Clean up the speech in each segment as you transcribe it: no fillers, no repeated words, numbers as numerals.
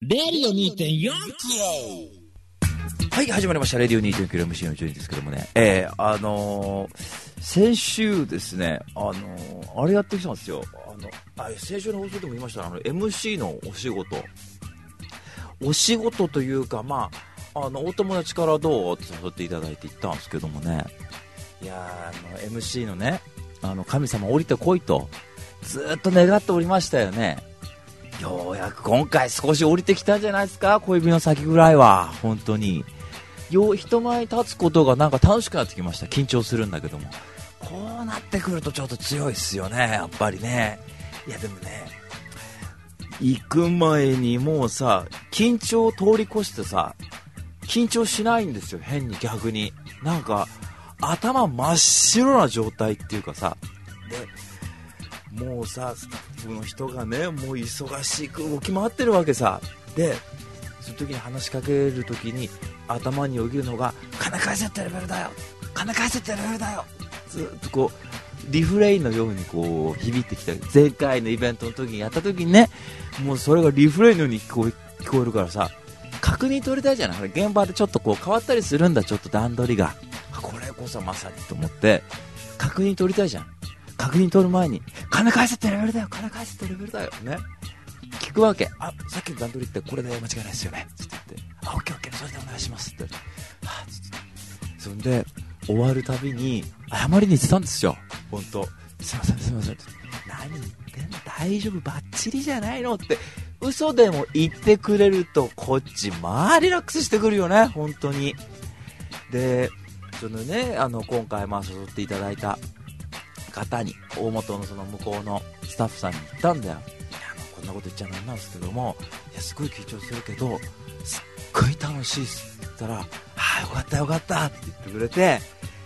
レディオ 2.4 キロ。 はい、始まりました。レディオ 2.4 キロ MC のジョニーですけどもね。先週ですね、あれやってきたんですよ。先週の放送でも言いましたMC のお仕事というか、お友達からどうって誘っていただいて行ったんですけどもね。いやMC のね、神様降りてこいと、ずっと願っておりましたよね。ようやく今回少し降りてきたんじゃないですか、小指の先ぐらいは。本当に人前に立つことがなんか楽しくなってきました。緊張するんだけども、こうなってくるとちょっと強いですよね、やっぱりね。いやでもね、行く前にもうさ、緊張を通り越してさ、緊張しないんですよ、変に。逆になんか頭真っ白な状態っていうかさ、でもうさ、スタッフの人がね、もう忙しく動き回ってるわけさ。でその時に話しかける時に頭によぎるのが、金返せってレベルだよ、金返せってレベルだよ、ずっとこうリフレインのようにこう響いてきた。前回のイベントの時にやった時にね、もうそれがリフレインのように聞こえるからさ、確認取りたいじゃない。現場でちょっとこう変わったりするんだ、ちょっと段取りが。これこそまさにと思って確認取りたいじゃん。確認取る前に、金返せってレベルだよ、金返せってレベルだよね、聞くわけ。さっきの段取りってこれで間違いないですよねつって言って、オッケーオッケー、それでお願いしますって、つってそんで終わるたびに謝りに行ってたんですよ。本当すいませんすいませんって、何言ってんの、大丈夫、バッチリじゃないのって嘘でも言ってくれると、こっちリラックスしてくるよね、本当に。でそのね、今回誘っていただいた方に、大元のその向こうのスタッフさんに言ったんだよ。こんなこと言っちゃなんなんですけども、いやすごい緊張するけどすっごい楽しいっすって言ったら、よかったよかったって言ってくれて、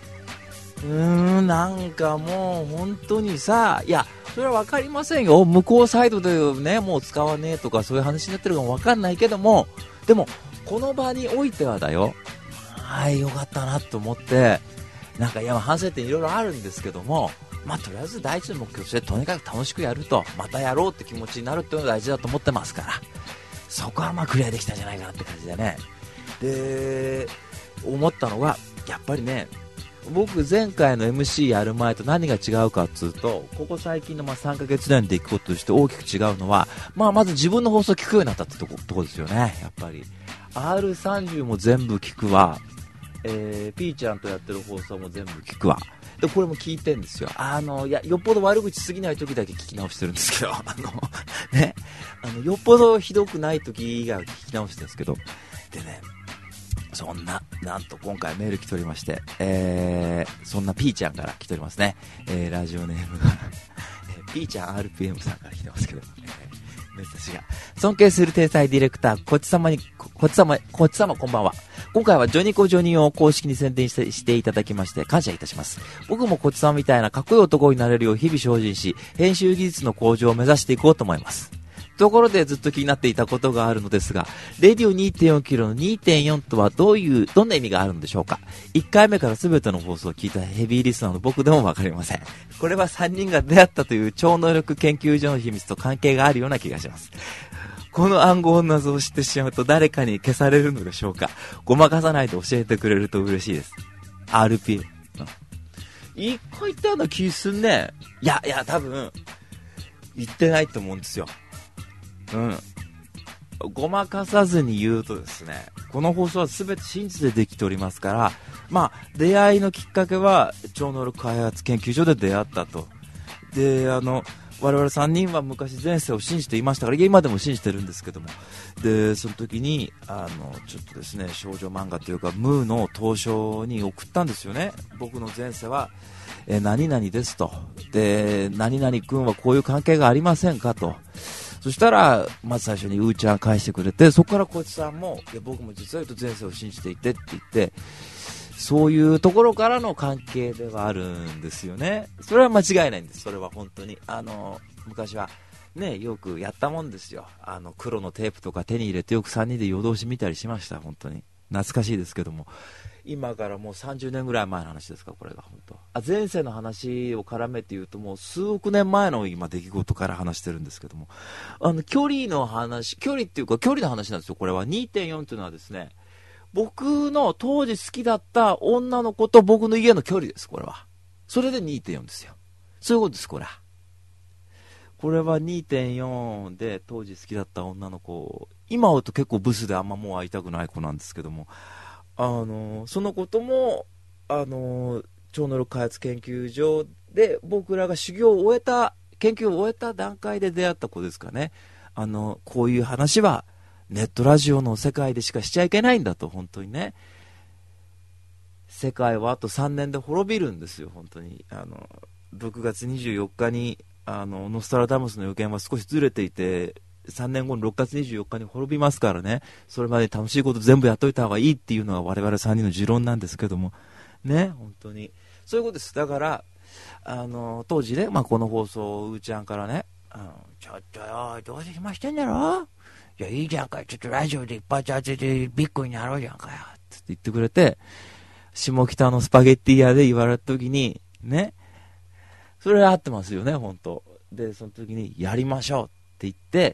なんかもう本当にさ、いやそれは分かりませんよ、向こうサイドでね、もう使わねえとかそういう話になってるかも分かんないけども、でもこの場においてはだよ、よかったなと思って。なんかいや反省点いろいろあるんですけども、とりあえず第一の目標としてとにかく楽しくやると、またやろうって気持ちになるっていうのが大事だと思ってますから、そこはクリアできたんじゃないかなって感じでね。で思ったのが、やっぱりね、僕前回の MC やる前と何が違うかっつうと、ここ最近の3ヶ月内でいくこととして大きく違うのは、まず自分の放送を聞くようになったってとこですよね。やっぱり R30 も全部聞くわ、ピーちゃんとやってる放送も全部聞くわ。でこれも聞いてんですよ。いやよっぽど悪口すぎない時だけ聞き直してるんですけど、ね、よっぽどひどくない時以外は聞き直してるんですけど、でね、なんと今回メール来ておりまして、そんなピーちゃんから来ておりますね。ラジオネームがピーちゃん RPM さんから来てますけど、メッセージが、尊敬する天才ディレクター、こっち様こんばんは。今回はジョニコジョニオを公式に宣伝していただきまして感謝いたします。僕もこっち様みたいなかっこいい男になれるよう日々精進し、編集技術の向上を目指していこうと思います。ところでずっと気になっていたことがあるのですが、レディオ 2.4 キロの 2.4 とはどんな意味があるんでしょうか。1回目から全ての放送を聞いたヘビーリスナーの僕でもわかりません。これは3人が出会ったという超能力研究所の秘密と関係があるような気がします。この暗号の謎を知ってしまうと誰かに消されるのでしょうか。ごまかさないで教えてくれると嬉しいです。 RP 一回言ったような気すんね。いや多分言ってないと思うんですよ。ごまかさずに言うとですね、この放送は全て真実でできておりますから、出会いのきっかけは超能力開発研究所で出会ったと。で我々3人は昔前世を信じていましたから、今でも信じてるんですけども、でその時にちょっとですね、少女漫画というかムーの投書に送ったんですよね。僕の前世は何々ですと。で何々君はこういう関係がありませんかと。そしたらまず最初にうーちゃん返してくれて、そこからこいつさんも、いや僕も実は言うと前世を信じていてって言って、そういうところからの関係ではあるんですよね。それは間違いないんです。それは本当に昔はね、よくやったもんですよ。黒のテープとか手に入れてよく3人で夜通し見たりしました。本当に懐かしいですけども、今からもう30年ぐらい前の話ですか、これが本当。前世の話を絡めて言うと、もう数億年前の今出来事から話してるんですけども、距離の話、距離っていうか距離の話なんですよ。これは 2.4 っていうのはですね、僕の当時好きだった女の子と僕の家の距離です。これはそれで 2.4 ですよ。そういうことです。これは 2.4 で当時好きだった女の子、今会うと結構ブスであんまもう会いたくない子なんですけども、そのことも超能力開発研究所で僕らが研究を終えた段階で出会った子ですかね。こういう話はネットラジオの世界でしかしちゃいけないんだと、本当にね。世界はあと3年で滅びるんですよ、本当に。6月24日にノストラダムスの予見は少しずれていて、3年後の6月24日に滅びますからね。それまで楽しいこと全部やっといた方がいいっていうのが我々3人の持論なんですけどもね、本当にそういうことです。だから当時ね、この放送をうーちゃんからね、ちょっとよ、どうせ暇してんだろ、いやいいじゃんか、ちょっとラジオで一発当ててビッグになろうじゃんかよって言ってくれて、下北のスパゲッティ屋で言われた時にね、それ合ってますよね、本当で。その時にやりましょうって言って、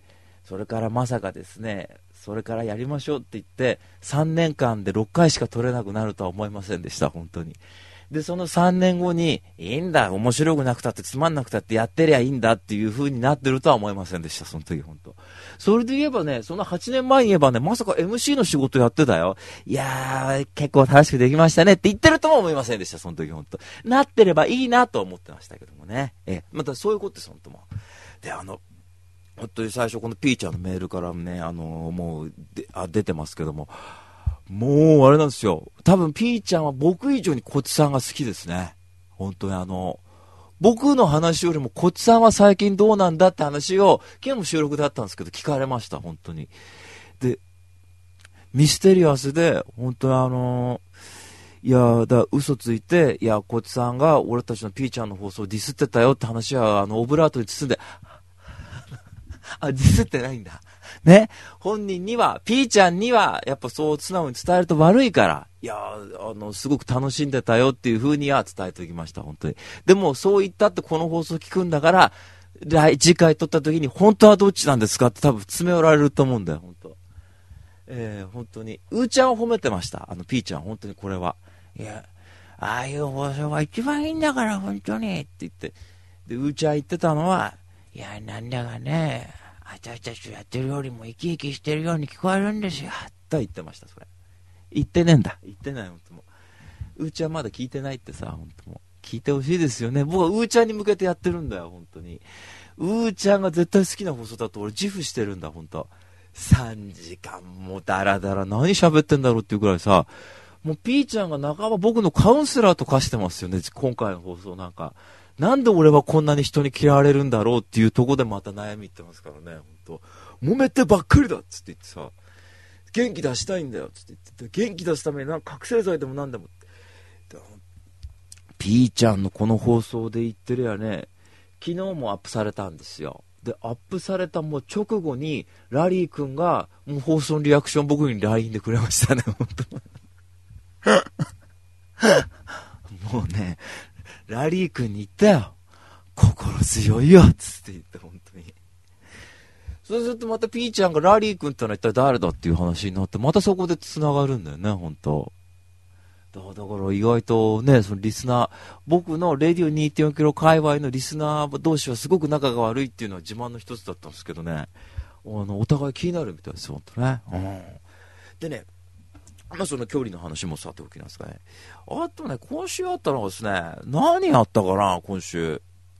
それからまさかですね、それからやりましょうって言って3年間で6回しか取れなくなるとは思いませんでした、本当に。でその3年後にいいんだ、面白くなくたってつまんなくたってやってりゃいいんだっていう風になってるとは思いませんでした、その時。本当それで言えばね、その8年前に言えばね、まさか MC の仕事やってたよ、いやー結構楽しくできましたねって言ってるとも思いませんでした、その時。本当なってればいいなと思ってましたけどもね。またそういうことです、本当も。で本当に最初このピーちゃんのメールからね、もう出てますけども、もうあれなんですよ、多分ピーちゃんは僕以上にこっちさんが好きですね。本当に僕の話よりもこっちさんは最近どうなんだって話を昨日も収録だったんですけど聞かれました、本当に。でミステリアスで本当にいや嘘ついて、いやこっちさんが俺たちのピーちゃんの放送をディスってたよって話はオブラートに包んでディスってないんだね。本人には、ピーちゃんにはやっぱそう素直に伝えると悪いから、いやすごく楽しんでたよっていう風には伝えておきました、本当に。でもそう言ったってこの放送聞くんだから、次回撮った時に本当はどっちなんですかって多分詰め寄られると思うんだよ、本当。本当にうーちゃんを褒めてました、ピーちゃん。本当にこれは、いやああいう放送が一番いいんだから本当にって言って、でうーちゃん言ってたのは、いやなんだかね、私たちとやってるよりも生き生きしてるように聞こえるんですよと言ってました。それ言ってねえんだ、言ってない。本当もうーちゃんまだ聞いてないってさ、本当も聞いてほしいですよね。僕はうーちゃんに向けてやってるんだよ、本当に。うーちゃんが絶対好きな放送だと俺自負してるんだ、本当。3時間もダラダラ何喋ってんだろうっていうくらいさ、もうピーちゃんが半ば僕のカウンセラーと化してますよね、今回の放送。なんで俺はこんなに人に嫌われるんだろうっていうところでまた悩み言ってますからね、本当。揉めてばっかりだっつって言ってさ、元気出したいんだよっつって言って、元気出すために覚醒剤でもなんでもピーちゃんのこの放送で言ってるやね、昨日もアップされたんですよ。でアップされたもう直後にラリー君がもう放送のリアクション僕に LINE でくれましたね、本当。もうね、ラリー君に言ったよ、心強いよっつって言って、本当に。そうするとまたピーちゃんがラリー君ってのは一体誰だっていう話になって、またそこで繋がるんだよね、本当。だから意外とね、そのリスナー、僕のレディオ 2.4 キロ界隈のリスナー同士はすごく仲が悪いっていうのは自慢の一つだったんですけどね、お互い気になるみたいですよ、本当ね。でね、その距離の話もさておきなんですかね。あとね、今週あったのがですね、何あったかな、今週。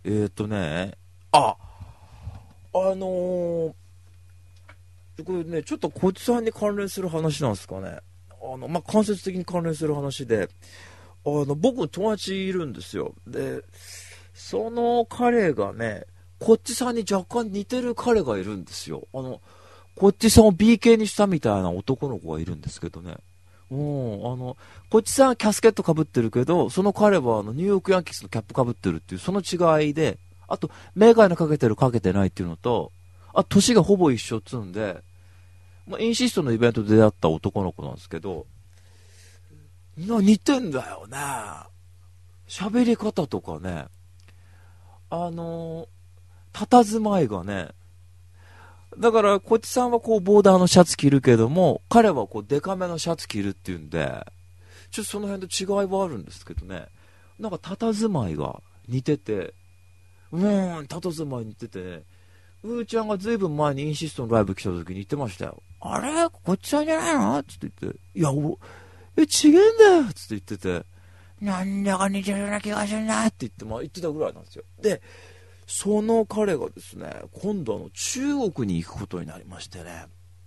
これね、ちょっとこいつさんに関連する話なんですかね。間接的に関連する話で、僕友達いるんですよ。で、その彼がね、こっちさんに若干似てる彼がいるんですよ。こっちさんを BK にしたみたいな男の子がいるんですけどね。こっちさんはキャスケット被ってるけど、その彼はニューヨークヤンキースのキャップ被ってるっていう、その違いで、あと、メガネかけてるかけてないっていうのと、年がほぼ一緒っつうんで、インシストのイベントで出会った男の子なんですけど、 似てんだよね。喋り方とかね、佇まいがね、だからこっちさんはこうボーダーのシャツ着るけども、彼はこうデカめのシャツ着るっていうんで、ちょっとその辺と違いはあるんですけどね、なんか佇まいが似てて、佇まい似ててね、うーちゃんがずいぶん前にインシストのライブ来た時に言ってましたよ。あれこっちさんじゃないのって言って、いや、違うんだよって言ってて、なんだか似てるような気がするなって言ってたぐらいなんですよ。で、その彼がですね、今度中国に行くことになりましてね、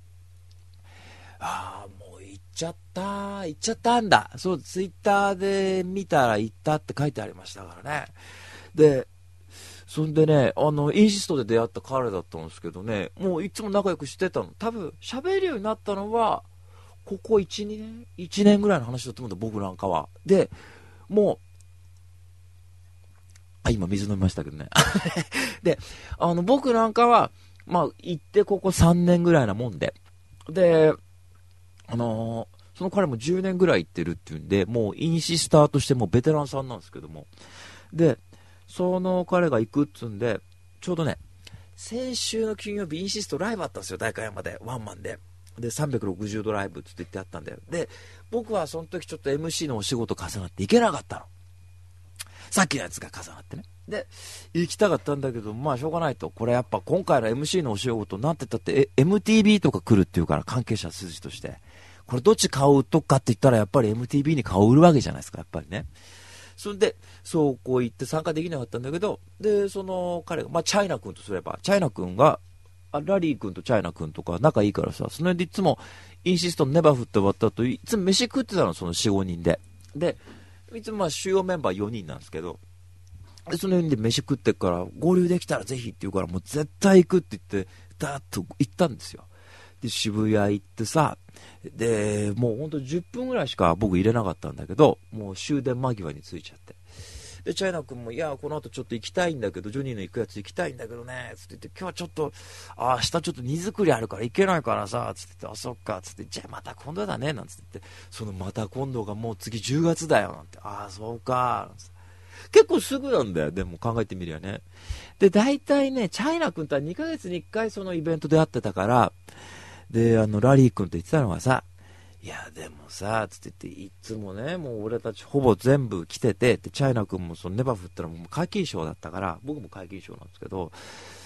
もう行っちゃったんだ。そう、ツイッターで見たら行ったって書いてありましたからね。で、そんでね、インシストで出会った彼だったんですけどね、もういつも仲良くしてたの。多分、喋るようになったのは、ここ1、2年 ?1 年ぐらいの話だと思うんだ、僕なんかは。で、もう、今水飲みましたけどね。で、僕なんかは、まあ、行ってここ3年ぐらいなもんで。で、その彼も10年ぐらい行ってるっていうんで、もうインシスターとしてもうベテランさんなんですけども。で、その彼が行くっつうんで、ちょうどね、先週の金曜日インシストライブあったんですよ、代官山で、ワンマンで。で、360度ライブって言ってあったんだよ。で、僕はその時ちょっと MC のお仕事重なって行けなかったの。さっきのやつが重なってね。で、行きたかったんだけど、まあしょうがないと。これやっぱ今回の MC のお仕事なんて言ったって、MTV とか来るっていうから関係者筋として。これどっち買うとかって言ったらやっぱり MTV に顔を売るわけじゃないですか、やっぱりね。それで、そうこう言って参加できなかったんだけど、で、その彼が、まあチャイナ君とすれば、チャイナ君が、ラリー君とチャイナ君とか仲いいからさ、その辺でいつもインシストのネバフって終わった後、いつも飯食ってたの、その4、5人で。で、いつもまあ主要メンバー4人なんですけど、でその辺で飯食ってから合流できたらぜひって言うから、もう絶対行くって言ってダーッと行ったんですよ。で渋谷行ってさ、でもうほんと10分ぐらいしか僕入れなかったんだけど、もう終電間際に着いちゃって、でチャイナ君もいやこの後ちょっと行きたいんだけど、ジョニーの行くやつ行きたいんだけどねつって言って、今日はちょっと明日ちょっと荷造りあるから行けないからさつって言って、あそっかつって、じゃあまた今度だねなんつって言って、そのまた今度がもう次10月だよなんて、そうかなんつって、結構すぐなんだよ、でも考えてみりゃね。で、大体ね、チャイナ君とは2ヶ月に1回そのイベントで会ってたから、で、ラリー君と言ってたのがさ、いや、でもさ、つって言って、いつもね、もう俺たちほぼ全部来てて、で、チャイナ君もそのネバフったらもう皆勤賞だったから、僕も皆勤賞なんですけど、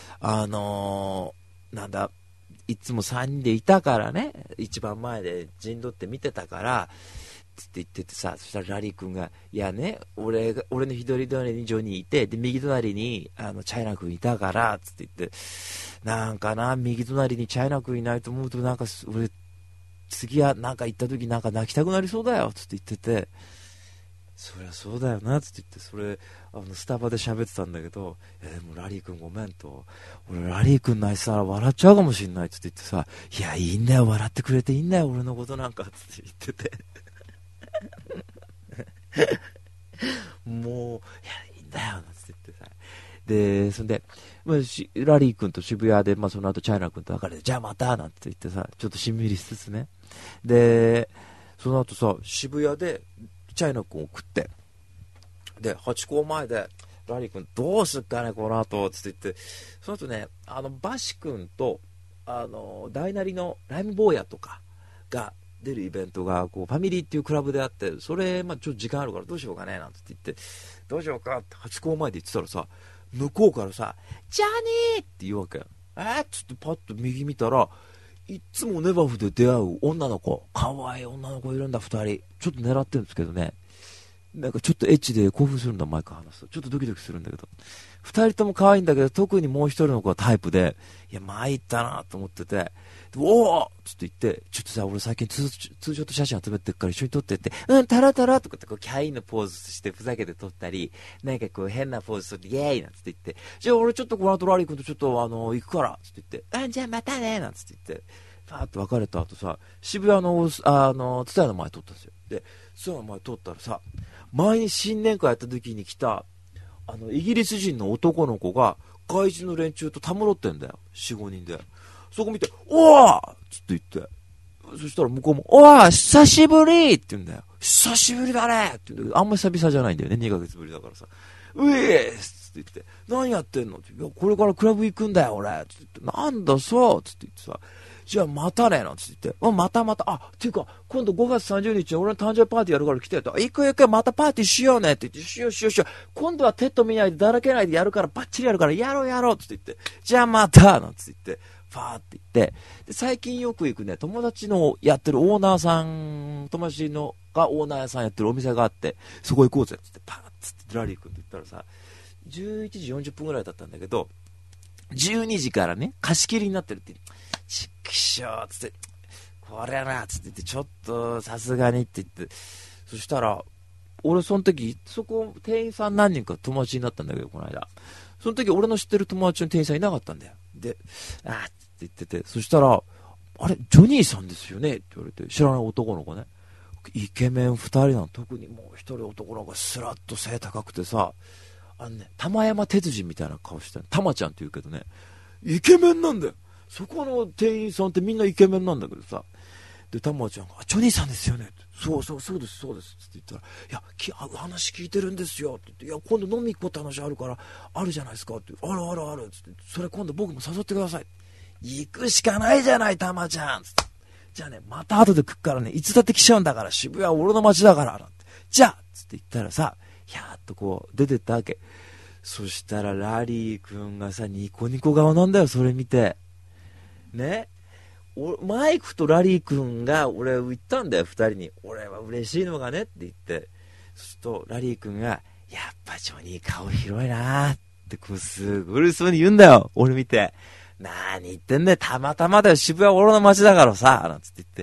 なんだ、いつも3人でいたからね、一番前で陣取って見てたから、つって言っててさ、そしたらラリー君が、いやね、俺の左隣にジョニーいて、で、右隣に、チャイナ君いたから、つって言って、なんかな、右隣にチャイナ君いないと思うと、なんか、俺、次はなんか行った時なんか泣きたくなりそうだよ、つって言ってて、そりゃそうだよな、つって言って、それ、スタバで喋ってたんだけど、でもラリー君ごめんと、俺ラリー君泣いてたら笑っちゃうかもしんない、つって言ってさ、いや、いいんだよ、笑ってくれていいんだよ、俺のことなんか、つって言ってて。もう、いや、いいんだよ、なんつって言ってさ。で、そんで、まあ、ラリー君と渋谷で、まあ、その後チャイナ君と別れて、じゃあまた、なんて言ってさ、ちょっとしんみりしつつね。で、その後さ、渋谷でチャイナ君を送って、で、ハチ公前で、ラリー君どうすっかね、この後、つって言って、その後ね、バシ君と、大なりのライム坊やとかが、出るイベントがこうファミリーっていうクラブであって、それ、まあ、ちょっと時間あるからどうしようかねなんて言って、どうしようかってハチ公前で言ってたらさ、向こうからさ、ジャニーって言うわけ。っつってパッと右見たら、いっつもネバフで出会う女の子、可愛い女の子いるんだ2人、ちょっと狙ってるんですけどね、なんかちょっとエッチで興奮するんだ、毎回話すとちょっとドキドキするんだけど、2人とも可愛いんだけど、特にもう1人の子はタイプで、いや参ったなと思ってて、おーっつって言って、ちょっとさ、俺最近ツーショット写真集めてるから一緒に撮ってって、タラタラとかってこうキャインのポーズしてふざけて撮ったり、なんかこう変なポーズ撮ってイエーイなんつって言って、じゃあ俺ちょっとこの後ラリー君とちょっと行くからつって言って、じゃあまたねなんつって言って、パーッと別れた後さ、渋谷のツタヤの前撮ったんですよ。で、ツタヤの前撮ったらさ、前に新年会やった時に来たイギリス人の男の子が外人の連中とたむろってんだよ、4、5人で。そこ見て、おーっつって言って、そしたら向こうも、おー久しぶりって言うんだよ。 久しぶりだねって言うんだけど、あんま久々じゃないんだよね、2ヶ月ぶりだからさ。うえーっつって言って、何やってんのって、いや、これからクラブ行くんだよ、俺つって言って、なんだそうつって言ってさ、じゃあまたねなんつって言って、また、っていうか、今度5月30日に俺の誕生日パーティーやるから来てよと、行くまたパーティーしようねって言って、しよう。今度はテッド見ないでだらけないでやるから、バッチリやるから、やろうつって言って、じゃあまたなんつって言って、ファーって言って、で、最近よく行くね、友達のやってるオーナーさん、友達のがオーナーさんやってるお店があって、そこ行こうぜって言って、パーッつってラリー君って言ったらさ、11時40分ぐらいだったんだけど、12時からね、貸し切りになってるって、ちくしょーつって、これなつって言って、ちょっとさすがにって言って、そしたら、俺その時、そこ店員さん何人か友達になったんだけど、この間。その時俺の知ってる友達の店員さんいなかったんだよ。で、って言ってて、そしたら、あれ、ジョニーさんですよねって言われて、知らない男の子ね。イケメン2人なの、特にもう1人男の子がスラッと背高くてさ、玉山哲司みたいな顔してる。玉ちゃんって言うけどね、イケメンなんだよ。そこの店員さんってみんなイケメンなんだけどさ。で、玉ちゃんが、ジョニーさんですよねって。そうですって言ったら、いや、話聞いてるんですよって言って、いや、今度飲み行こうって話あるから、あるじゃないですかって、あるってって、それ今度僕も誘ってください。行くしかないじゃない、玉ちゃんつって。じゃあね、また後で来っからね、いつだって来ちゃうんだから、渋谷は俺の街だから、なんて。じゃあつって言ったらさ、ひゃーっとこう、出てったわけ。そしたらラリー君がさ、ニコニコ顔なんだよ、それ見て。ね。マイクとラリー君が、俺言ったんだよ、二人に。俺は嬉しいのがねって言って。そうすると、ラリー君が、やっぱジョニー顔広いなーって、こうすごい嬉しそうに言うんだよ、俺見て。何言ってんだよ、たまたまだよ、渋谷俺の街だからさ、なんつって言って、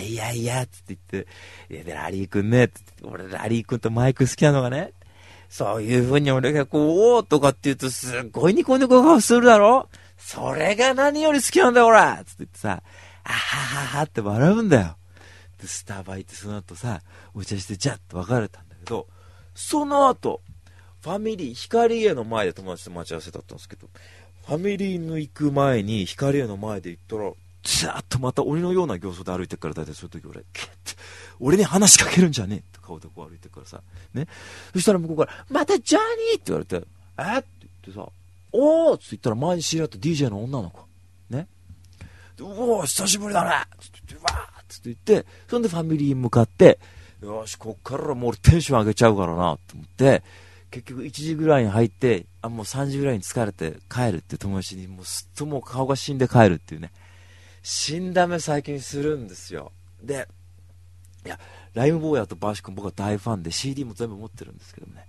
いや、つって言って、いや、で、ラリー君ね、って言って、俺ラリー君とマイク好きなのがね、そういう風に俺がこう、おーとかって言うと、すっごいニコニコ顔するだろ。それが何より好きなんだよ、ほらつって言ってさ、あはははって笑うんだよ。で、スタバ行ってその後さ、お茶してジャッと別れたんだけど、その後、ファミリー、光家の前で友達と待ち合わせだったんですけど、ファミリーの行く前に光家の前で行ったら、ザーッとまた鬼のような形相で歩いてるから、だいたいそういう時俺に話しかけるんじゃねえって顔でこう歩いてるからさ、ね。そしたら向こうから、またジャニーって言われて、って言ってさ、おーって言ったら前に知り合った DJ の女の子。ね。で、おー久しぶりだねって言って、わーって言って、そんでファミリーに向かって、よし、こっからもう俺テンション上げちゃうからなって思って、結局1時ぐらいに入って、もう3時ぐらいに疲れて帰るって友達に、もうすっともう顔が死んで帰るっていうね。死んだ目最近するんですよ。で、いや、ライムボーヤとバーシ君僕は大ファンで CD も全部持ってるんですけどね。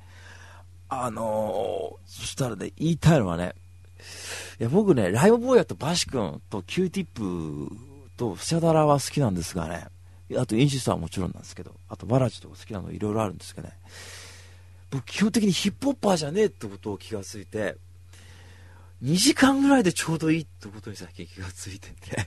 そしたらね、言いたいのはね、いや僕ね、ライムボーヤとバシ君とキューティップとフシャダラは好きなんですがね、あとインシスターはもちろんなんですけど、あとバラジとか好きなのいろいろあるんですけどね、僕基本的にヒップホッパーじゃねえってことを気がついて、2時間ぐらいでちょうどいいってことに最近気がついてて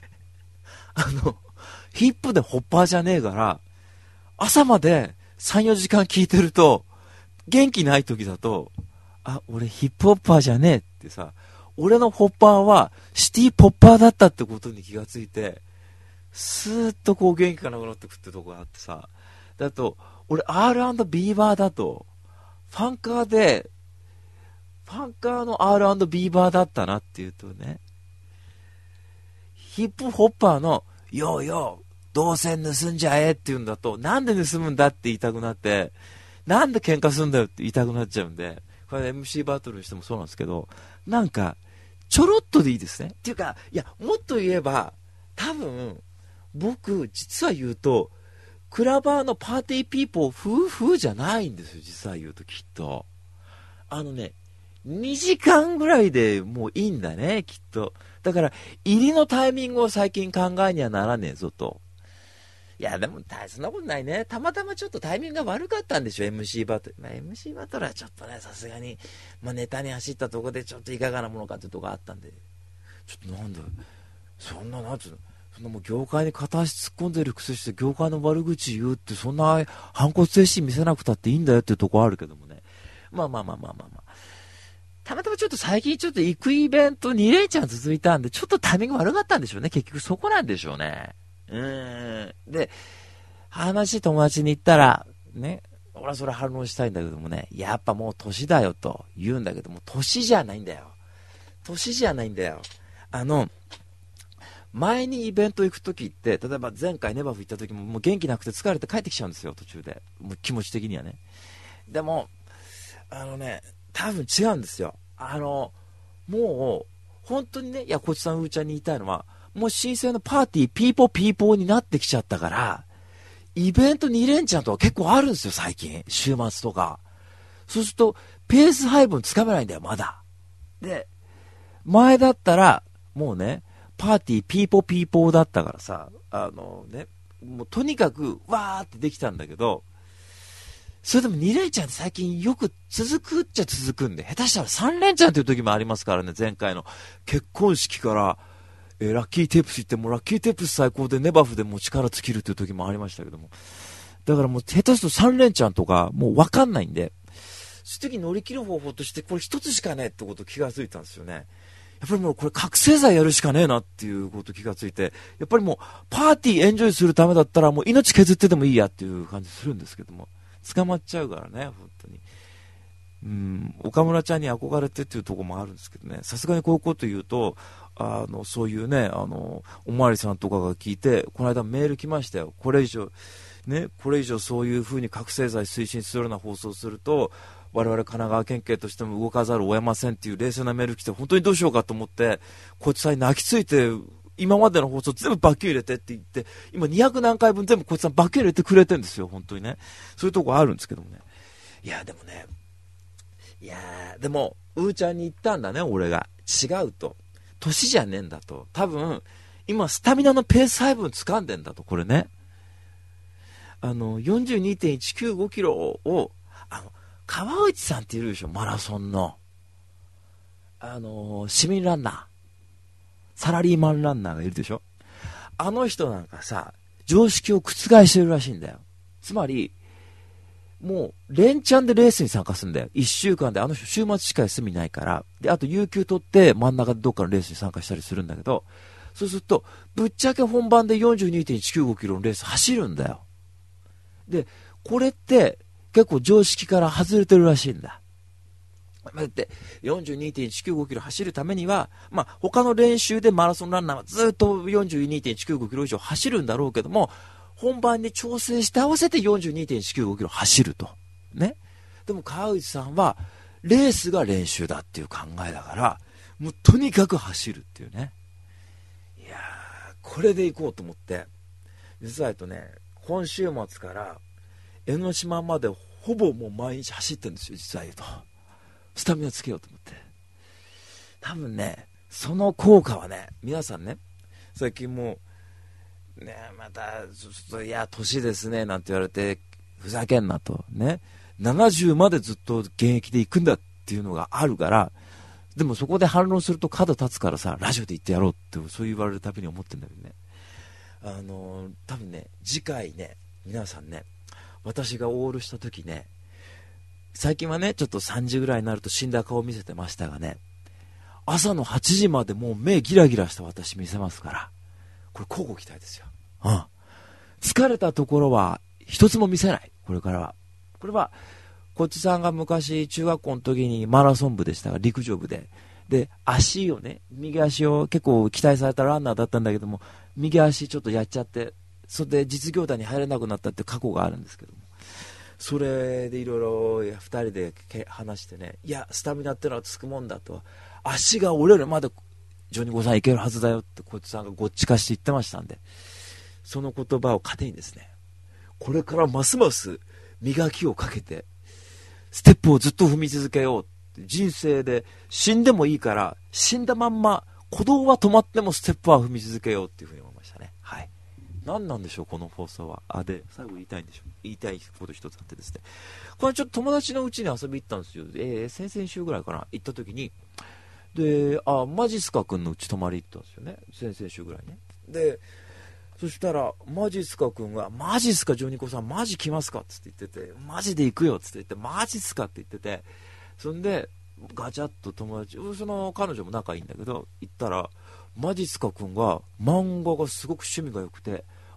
ヒップでホッパーじゃねえから、朝まで3、4時間聞いてると、元気ない時だと、俺ヒップホッパーじゃねえってさ、俺のホッパーはシティポッパーだったってことに気がついて、スーッとこう元気がなくなってくってとこがあってさ、だと、俺 R&B バーだと、ファンカーの R&B バーだったなっていうとね、ヒップホッパーの、よーよー、銅線盗んじゃえって言うんだと、なんで盗むんだって言いたくなって、なんで喧嘩すんだよって言いたくなっちゃうんで、これ MC バトルにしてもそうなんですけど、なんか、ちょろっとでいいですね。っていうか、いや、もっと言えば、多分、僕、実は言うと、クラバーのパーティーピーポー、夫婦じゃないんですよ、実は言うときっと。2時間ぐらいでもういいんだね、きっと。だから、入りのタイミングを最近考えにはならねえぞと。いや、でも、そんなことないね。たまたまちょっとタイミングが悪かったんでしょ、MC バトル。MC バトルはちょっとね、さすがに、ネタに走ったとこでちょっといかがなものかっていうとこがあったんで。ちょっとなんだ、そんな、なんつうの、そんなもう業界に片足突っ込んでるくせして業界の悪口言うって、そんな反骨精神見せなくたっていいんだよっていうとこあるけどもね。まあ。たまたまちょっと最近ちょっと行くイベント2連チャン続いたんで、ちょっとタイミング悪かったんでしょうね。結局そこなんでしょうね。で、 友達に言ったら、ね、俺はそれ反論したいんだけどもね、やっぱもう年だよと言うんだけども、年じゃないんだよ。年じゃないんだよ。前にイベント行くときって、例えば前回ネバフ行ったときも、もう元気なくて疲れて帰ってきちゃうんですよ、途中で。もう気持ち的にはね。でも、多分違うんですよ。もう、本当にね、いや、こちさん、うーちゃんに言いたいのは、もう新生のパーティー、ピーポーになってきちゃったから、イベント2連チャンとか結構あるんですよ、最近。週末とか。そうすると、ペース配分つかめないんだよ、まだ。で、前だったら、もうね、パーティー、ピーポーだったからさ、もうとにかく、わーってできたんだけど、それでも2連チャンって最近よく続くっちゃ続くんで、下手したら3連チャンっていう時もありますからね、前回の結婚式から、ラッキーテープス行ってもラッキーテープス最高でネバフでもう力尽きるっていう時もありましたけども。だからもう下手すると3連チャンとかもう分かんないんで、そういう時乗り切る方法としてこれ一つしかねえってこと気がついたんですよね。やっぱりもうこれ覚醒剤やるしかねえなっていうこと気がついて、やっぱりもうパーティーエンジョイするためだったらもう命削ってでもいいやっていう感じするんですけども、捕まっちゃうからね、本当に。岡村ちゃんに憧れてっていうところもあるんですけどね、さすがにこういうこと言うと、そういうね、おまわりさんとかが聞いて、この間メール来ましたよ。これ以上そういう風に覚醒剤推進するような放送をすると、我々神奈川県警としても動かざるを得ませんっていう冷静なメール来て、本当にどうしようかと思って、こいつさんに泣きついて、今までの放送全部バッキュ入れてって言って、今200何回分全部こいつさんバッキュ入れてくれてるんですよ、本当にね。そういうとこあるんですけどもね。でも、うーちゃんに言ったんだね、俺が。違うと。年じゃねえんだと。多分、今、スタミナのペース配分掴んでんだと、これね。42.195 キロを、川内さんっているでしょ、マラソンの。市民ランナー。サラリーマンランナーがいるでしょ。あの人なんかさ、常識を覆してるらしいんだよ。つまり、もう、連チャンでレースに参加するんだよ。1週間で、あの人週末しか休みないから。で、あと有給取って真ん中でどっかのレースに参加したりするんだけど、そうすると、ぶっちゃけ本番で 42.195 キロのレース走るんだよ。で、これって結構常識から外れてるらしいんだ。だって 42.195 キロ走るためには、他の練習でマラソンランナーはずっと 42.195 キロ以上走るんだろうけども、本番に調整して合わせて 42.195 キロ走ると。ね。でも川内さんは、レースが練習だっていう考えだから、もうとにかく走るっていうね。いやー、これで行こうと思って。実は今週末から江ノ島までほぼもう毎日走ってるんですよ、実は言うと。スタミナつけようと思って。多分ね、その効果はね、皆さんね、最近もう、ね、また、いや、年ですね、なんて言われて、ふざけんなと。ね。70までずっと現役で行くんだっていうのがあるから、でもそこで反論すると角立つからさ、ラジオで言ってやろうって、そう言われるたびに思ってるんだけどね。多分ね、次回ね、皆さんね、私がオールした時ね、最近はね、ちょっと3時ぐらいになると死んだ顔見せてましたがね、朝の8時までもう目ギラギラした私見せますから、これ交互期待ですよ。疲れたところは一つも見せない、これからは。これは、こっちさんが昔中学校の時にマラソン部でしたが、陸上部で。で、足をね、右足を結構期待されたランナーだったんだけども、右足ちょっとやっちゃって、それで実業団に入れなくなったって過去があるんですけども、それでいろいろ2人で話してね、いや、スタミナってのはつくもんだと、足が折れるまでジョニゴさんいけるはずだよってこいつさんがごっちかして言ってましたんで、その言葉を糧にですね、これからますます磨きをかけてステップをずっと踏み続けようって、人生で死んでもいいから死んだまんま鼓動は止まってもステップは踏み続けようっていうふうに思いましたね。はい。何なんでしょうこの放送は。で最後言いたいこと一つあってですね、これちょっと友達の家に遊び行ったんですよ。先々週ぐらいかな、行った時に、で、マジスカ君の家泊まり行ったんですよね、先々週ぐらいね。で、そしたらマジスカ君が、マジスカジョニコさんマジ来ますかっつって言ってて、マジで行くよっつって言って、マジっすかって言ってて、そんでガチャッと友達、その彼女も仲いいんだけど行ったら、マジスカ君が漫画がすごく趣味が良くて、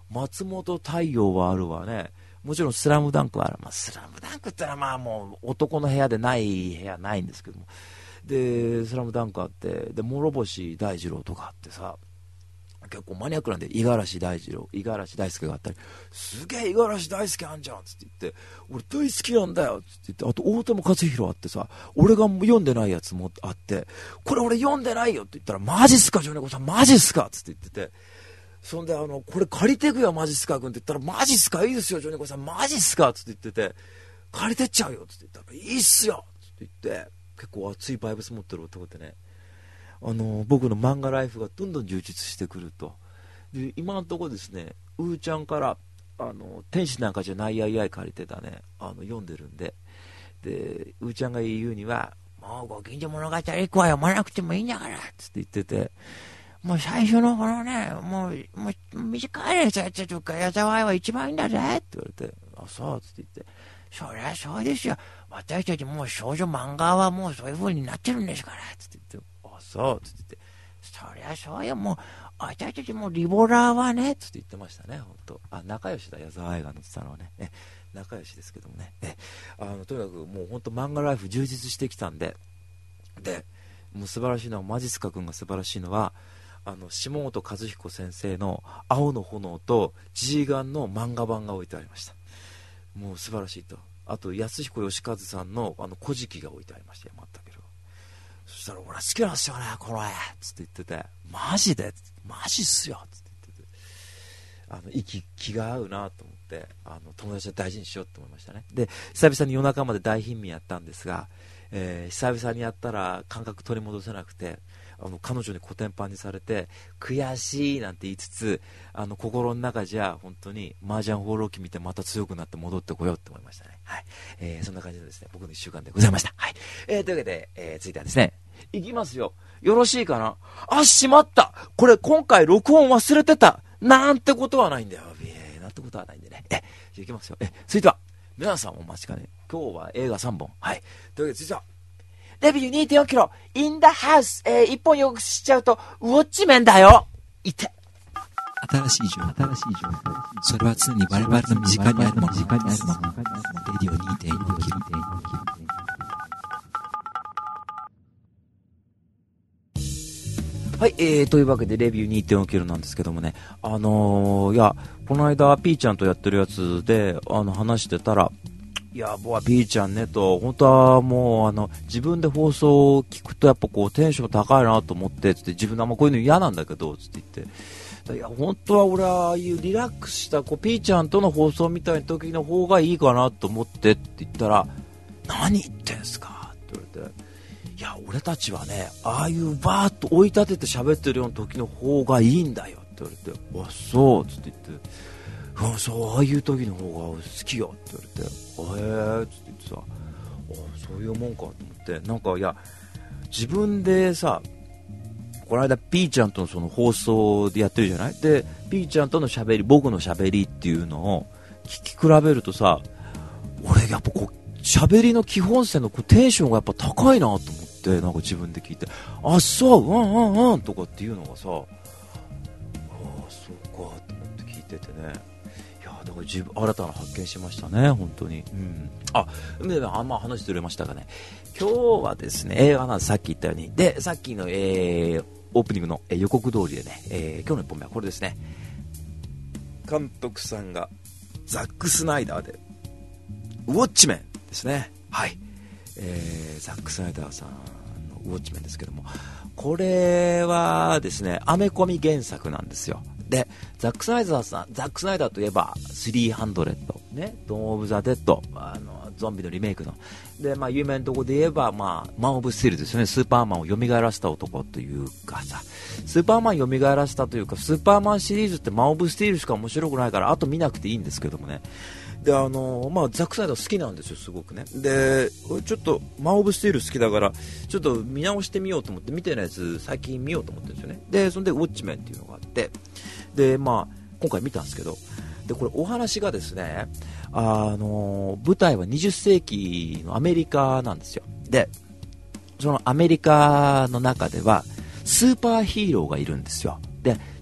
松本太陽はあるわね、もちろんスラムダンクはある、スラムダンクってのはまあもう男の部屋でない部屋ないんですけども、でスラムダンクあって、で諸星大二郎とかあってさ、結構マニアックなんで、五十嵐大二郎、五十嵐大輔があったり、すげえ五十嵐大輔あんじゃんっつって言って、俺大好きなんだよっつって言って、あと大友克洋あってさ、俺が読んでないやつもあって、これ俺読んでないよって言ったら、マジっすかジョネコさん、マジっすかっつって言ってて、そんでこれ借りてくよマジっすか君って言ったら、マジっすかいいですよジョネコさん、マジっすかっつって言ってて、借りてっちゃうよっつって言ったら、いいっすよっつって言って、結構熱いバイブス持ってる男ってね、僕の漫画ライフがどんどん充実してくると。で今のところですね、うーちゃんから天使なんかじゃないやいやい借りてたね、読んでるんで、でうーちゃんが言うには、もうご近所物語以降は読まなくてもいいんだからっつって言ってて、もう最初のこのね、もう短いやつやっちゃうから矢沢愛は一番いいんだぜって言われて、あそうっつって言って、そりゃそうですよ、私たちもう少女漫画はもうそういう風になってるんですからっつって言って、あそうっつって言って、そりゃそうよ、もう私たちもリボラーはねつって言ってましたね。本当仲良しだ、矢沢愛が乗ってたのはね、仲良しですけどもね、とにかくもう本当漫画ライフ充実してきたんで、もう素晴らしいのは、マジっすか君が素晴らしいのは、下本和彦先生の青の炎と G ガンの漫画版が置いてありました。もう素晴らしいと。あと安彦義和さんの古事記が置いてありましたよ、全く。そしたら俺は好きなんですよねこの絵つって言ってて、マジでマジっすよつって言ってて、気が合うなと思って、友達は大事にしようと思いましたね。で久々に夜中まで大貧民やったんですが、久々にやったら感覚取り戻せなくて、彼女にコテンパンにされて悔しいなんて言いつつ、心の中じゃ本当に麻雀放浪記見てまた強くなって戻ってこようって思いましたね。はい、そんな感じでですね、僕の1週間でございました。はい、というわけで、続いてはですね、いきますよ。よろしいかなあ、しまった、これ今回録音忘れてたなんてことはないんだよ。なんてことはないんでね。じゃあいきますよ。続いては皆さんお待ちかね、今日は映画3本。はい、というわけで続いてはレビュー 2.4 キロインダハウス、1本よくしちゃうとウォッチメンだよ。いて新しい情報、それは常に我々の身近にあるもの、レディオ 2.4 キロ。 はい、というわけでレビュー 2.4 キロなんですけどもね、いやこの間ピーちゃんとやってるやつで話してたら、いや僕はピーちゃんねと、本当はもう自分で放送を聞くとやっぱこうテンション高いなと思ってつって、自分のこういうの嫌なんだけどつって言って、いや本当は俺はああいうリラックスしたこうピーちゃんとの放送みたいな時の方がいいかなと思ってって言ったら、何言ってんすかって言われて、いや俺たちはね、ああいうバーッと追い立てて喋ってるような時の方がいいんだよって言われて、あそうつって言って、そうああいう時の方が好きよって言われて、へえって言ってさ、そういうもんかと思って、なんかいや自分でさ、この間ピーちゃんとのその放送でやってるじゃない。でピーちゃんとの喋り、僕の喋りっていうのを聞き比べるとさ、俺やっぱこう喋りの基本線のこうテンションがやっぱ高いなと思って、なんか自分で聞いて、あそううんとかっていうのがさ、そうかと思って聞いててね、だから自分新たな発見しましたね本当に。あんま話ずれましたがね、今日はですね映画なんです、さっき言ったように。でさっきの、オープニングの、予告通りでね、今日の1本目はこれですね。監督さんがザック・スナイダーでウォッチメンですね。はい、ザック・スナイダーさんのウォッチメンですけども、これはですねアメコミ原作なんですよ。でザック・スナイダーといえば300ね、ドーン・オブ・ザ・デッド、ゾンビのリメイクので、有名なところで言えば、マン・オブ・スティールですよね。スーパーマンを蘇らせた男というかさ、スーパーマン蘇らせたというか、スーパーマンシリーズってマン・オブ・スティールしか面白くないからあと見なくていいんですけどもね。でザック・スナイダー好きなんですよすごくね。でちょっとマン・オブ・スティール好きだからちょっと見直してみようと思って、見てないやつ最近見ようと思ってるんですよね。でそんでウォッチメンっていうのがあって、で今回見たんですけど、でこれお話がですね、舞台は20世紀のアメリカなんですよ。でそのアメリカの中ではスーパーヒーローがいるんですよ。で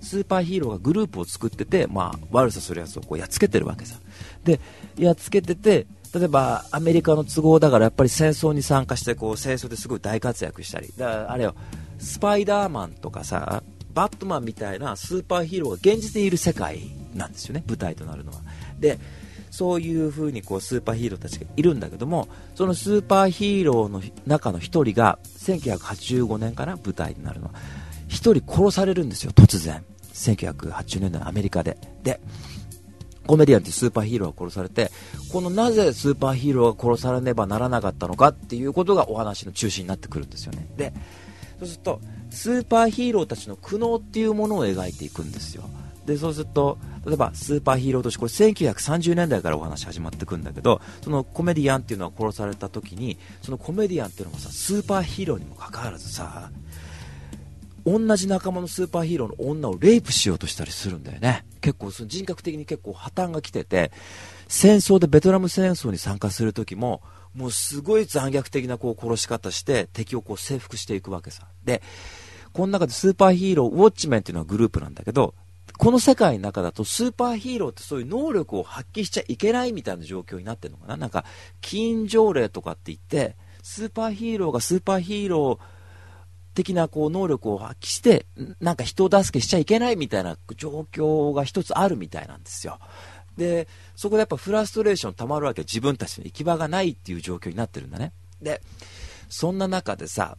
スーパーヒーローがグループを作ってて、まあ、悪さするやつをこうやっつけてるわけさ。で、やっつけてて、例えばアメリカの都合だからやっぱり戦争に参加してこう戦争ですごい大活躍したり、だからあれよ、スパイダーマンとかさ、バットマンみたいなスーパーヒーローが現実にいる世界なんですよね、舞台となるのは。で、そういう風にこうスーパーヒーローたちがいるんだけども、そのスーパーヒーローの中の一人が1985年かな、舞台になるのは一人殺されるんですよ、突然。1980年代のアメリカで。で、コメディアンというスーパーヒーローが殺されて、このなぜスーパーヒーローが殺されねばならなかったのかっていうことがお話の中心になってくるんですよね。で、そうするとスーパーヒーローたちの苦悩っていうものを描いていくんですよ。で、そうすると例えばスーパーヒーローとして、これ1930年代からお話始まってくるんだけど、そのコメディアンっていうのは殺された時に、そのコメディアンっていうのもさ、スーパーヒーローにもかかわらずさ、同じ仲間のスーパーヒーローの女をレイプしようとしたりするんだよね。結構その人格的に結構破綻が来てて、戦争でベトナム戦争に参加する時ももうすごい残虐的なこう殺し方して敵をこう征服していくわけさ。で、この中でスーパーヒーローウォッチメンっていうのはグループなんだけど、この世界の中だとスーパーヒーローってそういう能力を発揮しちゃいけないみたいな状況になってるのかな。なんか禁条例とかって言って、スーパーヒーローがスーパーヒーロー的なこう能力を発揮してなんか人を助けしちゃいけないみたいな状況が一つあるみたいなんですよ。で、そこでやっぱフラストレーションたまるわけ。自分たちの行き場がないっていう状況になってるんだね。で、そんな中でさ、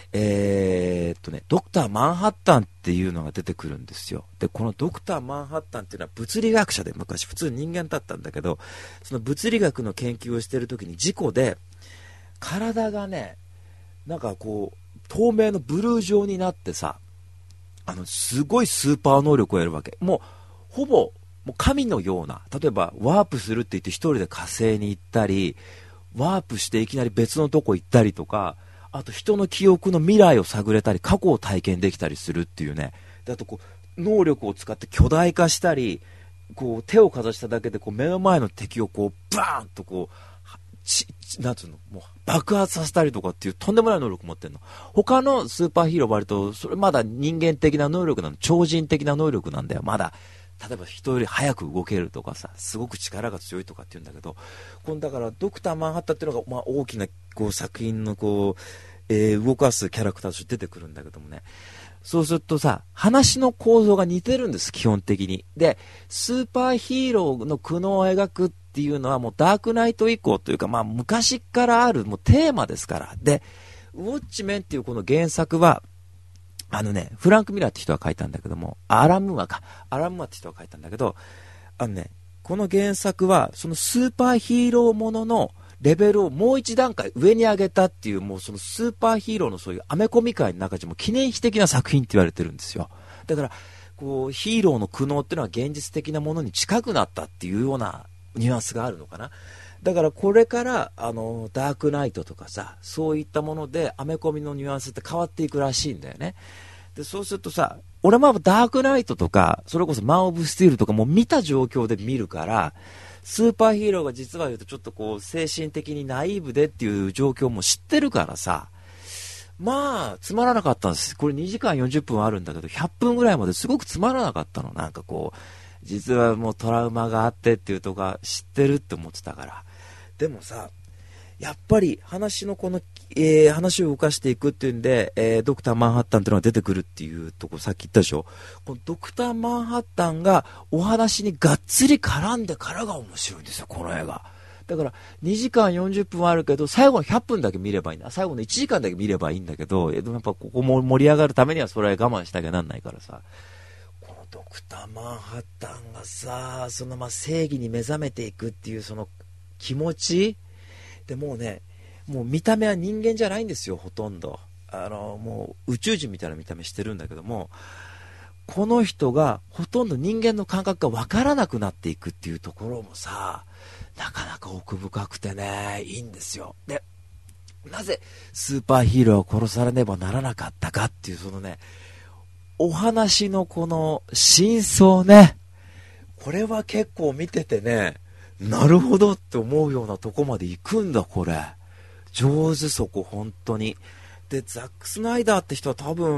ドクターマンハッタンっていうのが出てくるんですよ。で、このドクターマンハッタンっていうのは物理学者で、昔普通人間だったんだけど、その物理学の研究をしている時に事故で体がね、なんかこう透明のブルー状になってさ、すごいスーパー能力を得るわけ。もうほぼもう神のような、例えばワープするって言って一人で火星に行ったり、ワープしていきなり別のとこ行ったりとか、あと人の記憶の未来を探れたり過去を体験できたりするっていうね。で、あとこう能力を使って巨大化したり、こう手をかざしただけでこう目の前の敵をこうバーンとこうなんつうの、もう爆発させたりとかっていうとんでもない能力持ってるの。他のスーパーヒーロー割とそれまだ人間的な能力なの、超人的な能力なんだよ。まだ例えば人より早く動けるとかさ、すごく力が強いとかっていうんだけど、このだからドクターマンハッタンっていうのが、まあ、大きなこう作品のこう、動かすキャラクターとして出てくるんだけどもね。そうするとさ、話の構造が似てるんです、基本的に。で、スーパーヒーローの苦悩を描くっていうのはもうダークナイト以降というか、まあ昔からあるもうテーマですから。で、ウォッチメンっていうこの原作は、フランク・ミラーって人が書いたんだけども、アラン・ムーアって人が書いたんだけど、この原作はそのスーパーヒーローもののレベルをもう一段階上に上げたっていう、もうそのスーパーヒーローのそういうアメコミ界の中でも記念碑的な作品って言われてるんですよ。だからこうヒーローの苦悩っていうのは現実的なものに近くなったっていうようなニュアンスがあるのかな。だからこれからダークナイトとかさ、そういったものでアメコミのニュアンスって変わっていくらしいんだよね。で、そうするとさ、俺もダークナイトとかそれこそマン・オブ・スティールとかも見た状況で見るから、スーパーヒーローが実は言うとちょっとこう精神的にナイーブでっていう状況も知ってるからさ、まあつまらなかったんです。これ2時間40分あるんだけど100分ぐらいまですごくつまらなかったの。なんかこう実はもうトラウマがあってっていうとか知ってるって思ってたから。でもさ、やっぱり話のこの、話を動かしていくっていうんで、ドクターマンハッタンっていうのが出てくるっていうとこさっき言ったでしょ。このドクターマンハッタンがお話にがっつり絡んでからが面白いんですよ、この映画。だから2時間40分あるけど最後の100分だけ見ればいいんだ、最後の1時間だけ見ればいいんだけど、でもやっぱここも盛り上がるためにはそれは我慢しなきゃなんないからさ、このドクターマンハッタンがさ、そのまあ正義に目覚めていくっていうその気持ちで、もうね、もう見た目は人間じゃないんですよ、ほとんど。もう宇宙人みたいな見た目してるんだけども、この人がほとんど人間の感覚が分からなくなっていくっていうところもさ、なかなか奥深くてね、いいんですよ。で、なぜスーパーヒーローを殺されねばならなかったかっていうそのね、お話のこの真相ね、これは結構見ててね、なるほどって思うようなとこまで行くんだ、これ。上手、そこ、本当に。で、ザック・スナイダーって人は多分、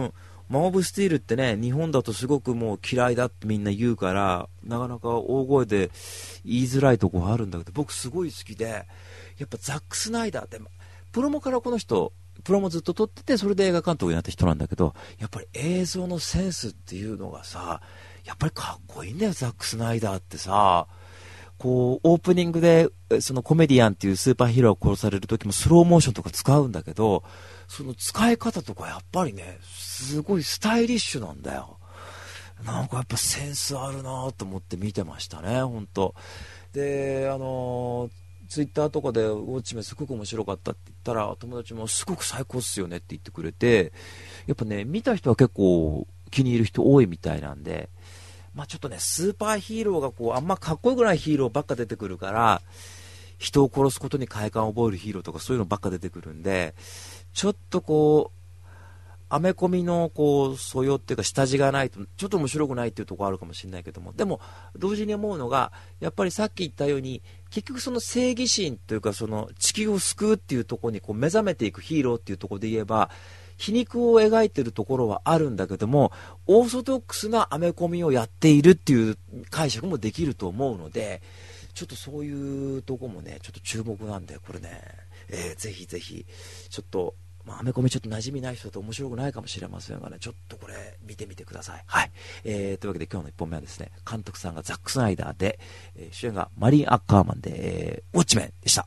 マン・オブ・スティールってね、日本だとすごくもう嫌いだってみんな言うから、なかなか大声で言いづらいところあるんだけど、僕すごい好きで、やっぱザック・スナイダーって、プロモからこの人、プロもずっと撮ってて、それで映画監督になった人なんだけど、やっぱり映像のセンスっていうのがさ、やっぱりかっこいいんだよ、ザック・スナイダーってさ。こうオープニングでそのコメディアンっていうスーパーヒーローが殺される時もスローモーションとか使うんだけど、その使い方とかやっぱりね、すごいスタイリッシュなんだよ。なんかやっぱセンスあるなと思って見てましたね、本当で。ツイッターとかでウォッチメンすごく面白かったって言ったら、友達もすごく最高っすよねって言ってくれて、やっぱね、見た人は結構気に入る人多いみたいなんで、まあ、ちょっとね、スーパーヒーローがこうあんまかっこよくないヒーローばっか出てくるから、人を殺すことに快感を覚えるヒーローとかそういうのばっか出てくるんで、ちょっとこうアメコミのこう素養っていうか下地がないとちょっと面白くないっていうところあるかもしれないけども、でも同時に思うのが、やっぱりさっき言ったように結局その正義心というか、その地球を救うっていうところにこう目覚めていくヒーローっていうところで言えば、皮肉を描いているところはあるんだけども、オーソドックスなアメコミをやっているっていう解釈もできると思うので、ちょっとそういうところもね、ちょっと注目なんで、これね、ぜひぜひちょっと、アメコミちょっと馴染みない人だと面白くないかもしれませんがね、ちょっとこれ見てみてください。はい。というわけで今日の1本目はですね、監督さんがザック・スナイダーで、主演がマリン・アッカーマンで、ウォッチメンでした。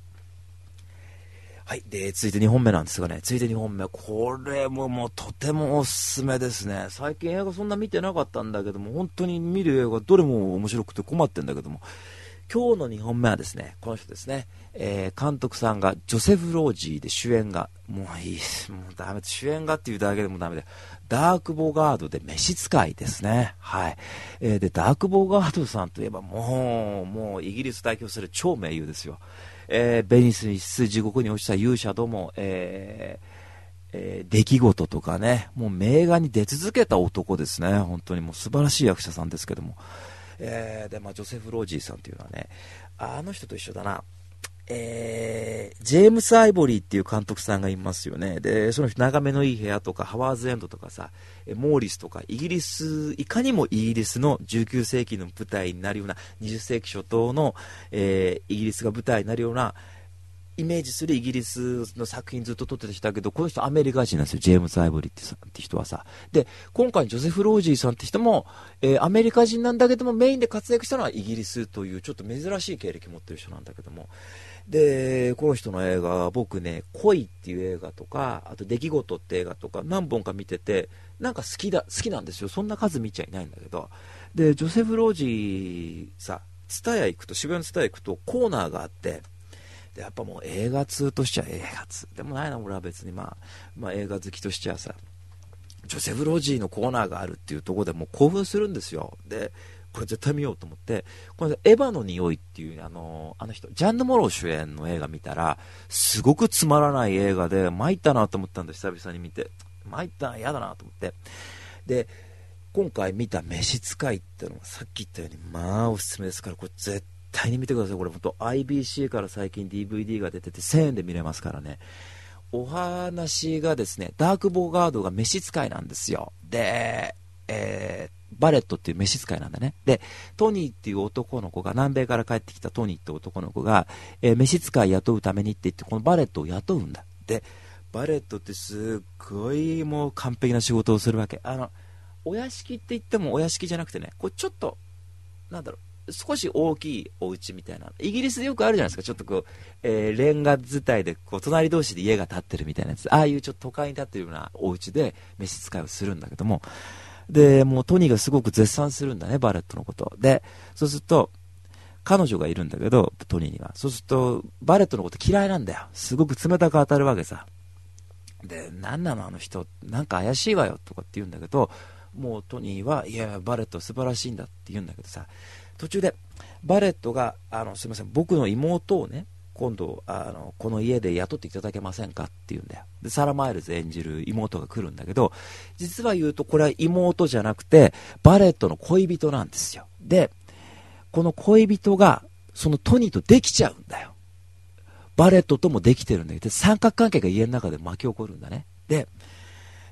はい。で、続いて2本目なんですがね、続いて2本目。これももうとてもおすすめですね。最近映画そんな見てなかったんだけども、本当に見る映画どれも面白くて困ってんだけども、今日の2本目はですね、この人ですね、監督さんがジョセフ・ロージーで、主演が、もういい、もうダメ、主演がっていうだけでもダメで、ダーク・ボガードで召使いですね。はい。で、ダーク・ボガードさんといえばもうイギリス代表する超名優ですよ。ベニスに地獄に落ちた勇者ども、出来事とかね、もう名画に出続けた男ですね。本当にもう素晴らしい役者さんですけども。で、ジョセフ・ロージーさんというのはね、あの人と一緒だな。ジェームス・アイボリーっていう監督さんがいますよね。で、その人、眺めのいい部屋とか、ハワーズ・エンドとかさ、モーリスとか、イギリス、いかにもイギリスの19世紀の舞台になるような、20世紀初頭の、イギリスが舞台になるような、イメージするイギリスの作品ずっと撮ってたけど、この人アメリカ人なんですよ、ジェームズ・アイボリーって人はさ。で、今回ジョセフ・ロージーさんって人も、アメリカ人なんだけども、メインで活躍したのはイギリスというちょっと珍しい経歴持ってる人なんだけども、で、この人の映画は僕ね、恋っていう映画とか、あと出来事って映画とか何本か見てて、なんか好きなんですよ。そんな数見ちゃいないんだけど。で、ジョセフ・ロージーさ、ツタヤ行くと、渋谷のツタヤ行くとコーナーがあって、でやっぱもう映画通としちゃ映画通でもないな、俺は別にまあ映画好きとしちゃさ、ジョセフ・ロージーのコーナーがあるっていうところでもう興奮するんですよ。で、これ絶対見ようと思って、これエヴァの匂いっていうあの人、ジャンヌ・モロー主演の映画見たら、すごくつまらない映画で、参ったなと思ったんで、久々に見て、参ったな、嫌だなと思って。で、今回見た召使いっていうのがさっき言ったように、まあおすすめですから、これ絶対に見てください。これ本当 IBC から最近 DVD が出てて1000円で見れますからね。お話がですね、ダークボガードが召使いなんですよ。で、バレットっていう召使いなんだね。で、トニーっていう男の子が、南米から帰ってきたトニーって男の子が、召使い雇うためにって言って、このバレットを雇うんだ。で、バレットってすっごいもう完璧な仕事をするわけ。お屋敷って言ってもお屋敷じゃなくてね、こうちょっと、なんだろう、少し大きいお家みたいな、イギリスでよくあるじゃないですか、ちょっとこう、レンガ伝いでこう隣同士で家が建ってるみたいなやつ、ああいうちょっと都会に建ってるようなお家で召使いをするんだけども、でもうトニーがすごく絶賛するんだね、バレットのことで。そうすると彼女がいるんだけど、トニーには。そうするとバレットのこと嫌いなんだよ。すごく冷たく当たるわけさ。で、なんなのあの人、なんか怪しいわよとかって言うんだけど、もうトニーはいやバレット素晴らしいんだって言うんだけどさ、途中でバレットがすいません、僕の妹をね、今度この家で雇っていただけませんかって言うんだよ。でサラ・マイルズ演じる妹が来るんだけど、実は言うとこれは妹じゃなくてバレットの恋人なんですよ。でこの恋人がそのトニーとできちゃうんだよ。バレットともできてるんだけど、三角関係が家の中で巻き起こるんだね。で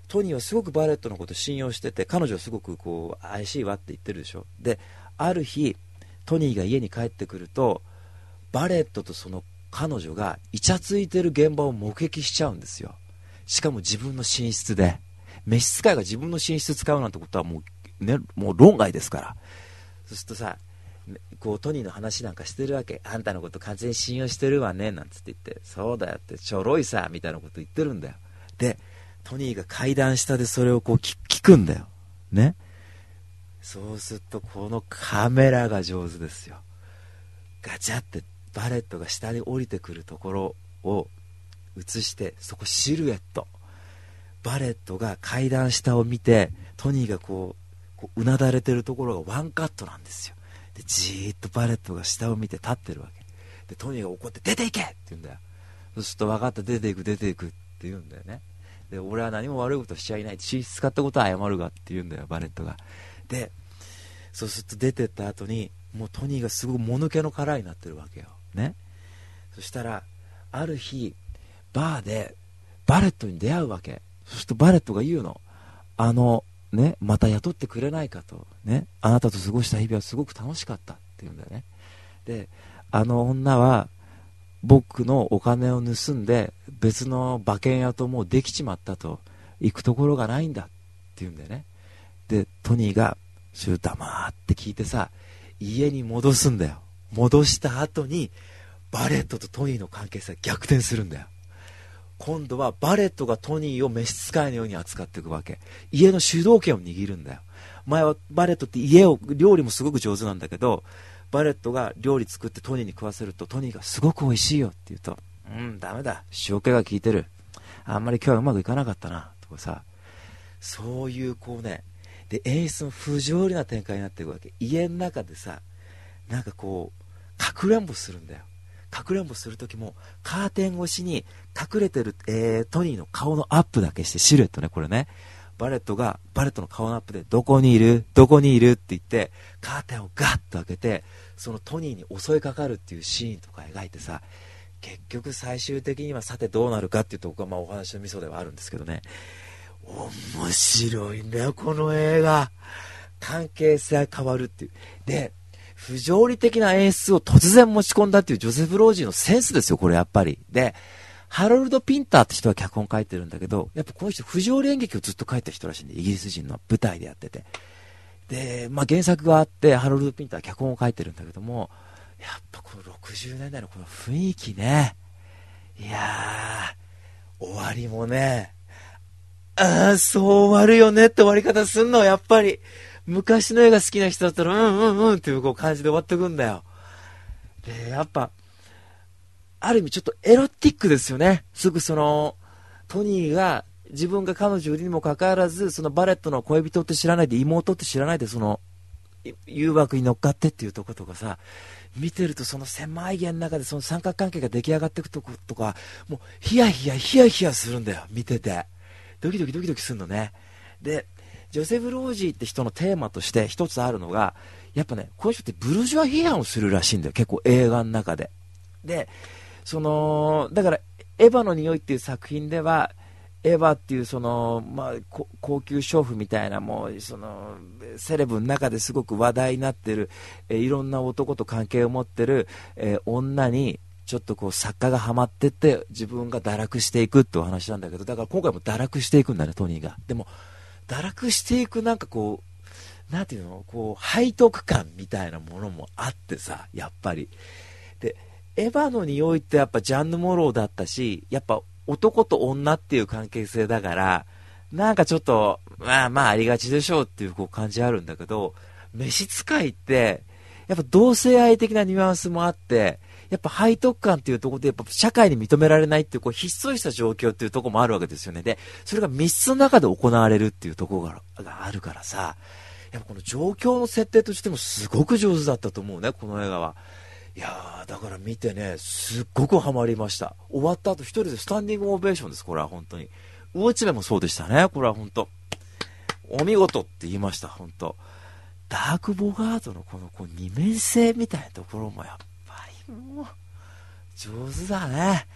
トニーはすごくバレットのこと信用してて、彼女はすごくこう怪しいわって言ってるでしょ。である日トニーが家に帰ってくると、バレットとその彼女がイチャついてる現場を目撃しちゃうんですよ。しかも自分の寝室で、召使いが自分の寝室使うなんてことはもうね、もう論外ですから。そうするとさ、こうトニーの話なんかしてるわけ。あんたのこと完全に信用してるわねなんつって言って、そうだよってちょろいさみたいなこと言ってるんだよ。でトニーが階段下でそれをこう聞くんだよね。そうするとこのカメラが上手ですよ。ガチャってバレットが下に降りてくるところを映して、そこシルエット、バレットが階段下を見てトニーがこううなだれてるところがワンカットなんですよ。でじーっとバレットが下を見て立ってるわけで、トニーが怒って出ていけって言うんだよ。そうすると分かった、出ていく出ていくって言うんだよね。で俺は何も悪いことしちゃいない、寝室使ったことは謝るがって言うんだよバレットが。でそうすると出てった後にもうトニーがすごくもぬけの殻になってるわけよね。そしたらある日バーでバレットに出会うわけ。そうするとバレットが言うの、ね、また雇ってくれないかと、ね、あなたと過ごした日々はすごく楽しかったって言うんだよね。であの女は僕のお金を盗んで別の馬券屋ともうできちまったと、行くところがないんだって言うんだよね。でトニーがそれを黙って聞いてさ、家に戻すんだよ。戻した後にバレットとトニーの関係性が逆転するんだよ。今度はバレットがトニーを召使いのように扱っていくわけ。家の主導権を握るんだよ。前はバレットって料理もすごく上手なんだけど、バレットが料理作ってトニーに食わせるとトニーがすごく美味しいよって言うと、ダメだ、塩気が効いてる、あんまり今日はうまくいかなかったなとかさ、そういうこうね、で演出の不条理な展開になっていくわけ。家の中でさ、なんかこうかくれんぼするんだよ。かくれんぼするときもカーテン越しに隠れてる、トニーの顔のアップだけして、シルエットね、これね、バレットの顔のアップでどこにいるどこにいるって言ってカーテンをガッと開けてそのトニーに襲いかかるっていうシーンとか描いてさ、結局最終的にはさてどうなるかっていうとこがまあお話のミソではあるんですけどね、面白いんだよこの映画。関係性変わるっていうで、不条理的な演出を突然持ち込んだっていうジョセフ・ロージーのセンスですよこれやっぱり。でハロルド・ピンターって人は脚本書いてるんだけど、やっぱこの人不条理演劇をずっと書いた人らしいんで、イギリス人の舞台でやってて、で、まあ、原作があってハロルド・ピンターは脚本を書いてるんだけども、やっぱこの60年代のこの雰囲気ね、いやー終わりもね、そう終わるよねって終わり方すんの。やっぱり昔の映画好きな人だったらっていうこう感じで終わってくんだよ。でやっぱある意味ちょっとエロティックですよね。すぐそのトニーが自分が彼女にもかかわらずそのバレットの恋人って知らないで、妹って知らないで、その誘惑に乗っかってっていうとことかさ、見てるとその狭い家の中でその三角関係が出来上がっていくとことか、もうヒヤヒヤするんだよ。見ててドキドキするのね。でジョセフ・ロージーって人のテーマとして一つあるのが、やっぱね、この人ってブルジョア批判をするらしいんだよ、結構映画の中で。でそのだからエヴァの匂いっていう作品ではエヴァっていうその、まあ、高級娼婦みたいな、もうそのセレブの中ですごく話題になってる、いろんな男と関係を持ってる、女にちょっとこう作家がハマってって自分が堕落していくってお話なんだけど、だから今回も堕落していくんだねトニーが。でも堕落していくなんかこうなんていうの、こう背徳感みたいなものもあってさ、やっぱりでエヴァの匂いってやっぱジャンヌ・モローだったし、やっぱ男と女っていう関係性だからなんかちょっとまあありがちでしょうっていうこう感じあるんだけど、召使いってやっぱ同性愛的なニュアンスもあって、やっぱ背徳感っていうところでやっぱ社会に認められないっていうこうひっそりした状況っていうところもあるわけですよね。でそれが密室の中で行われるっていうところがあるからさ、やっぱこの状況の設定としてもすごく上手だったと思うねこの映画は。いやーだから見てね、すっごくハマりました。終わった後一人でスタンディングオベーションです。これは本当に魚内目もそうでしたね。これは本当お見事って言いました。本当ダークボガードのこう二面性みたいなところもやっぱりもう上手だね。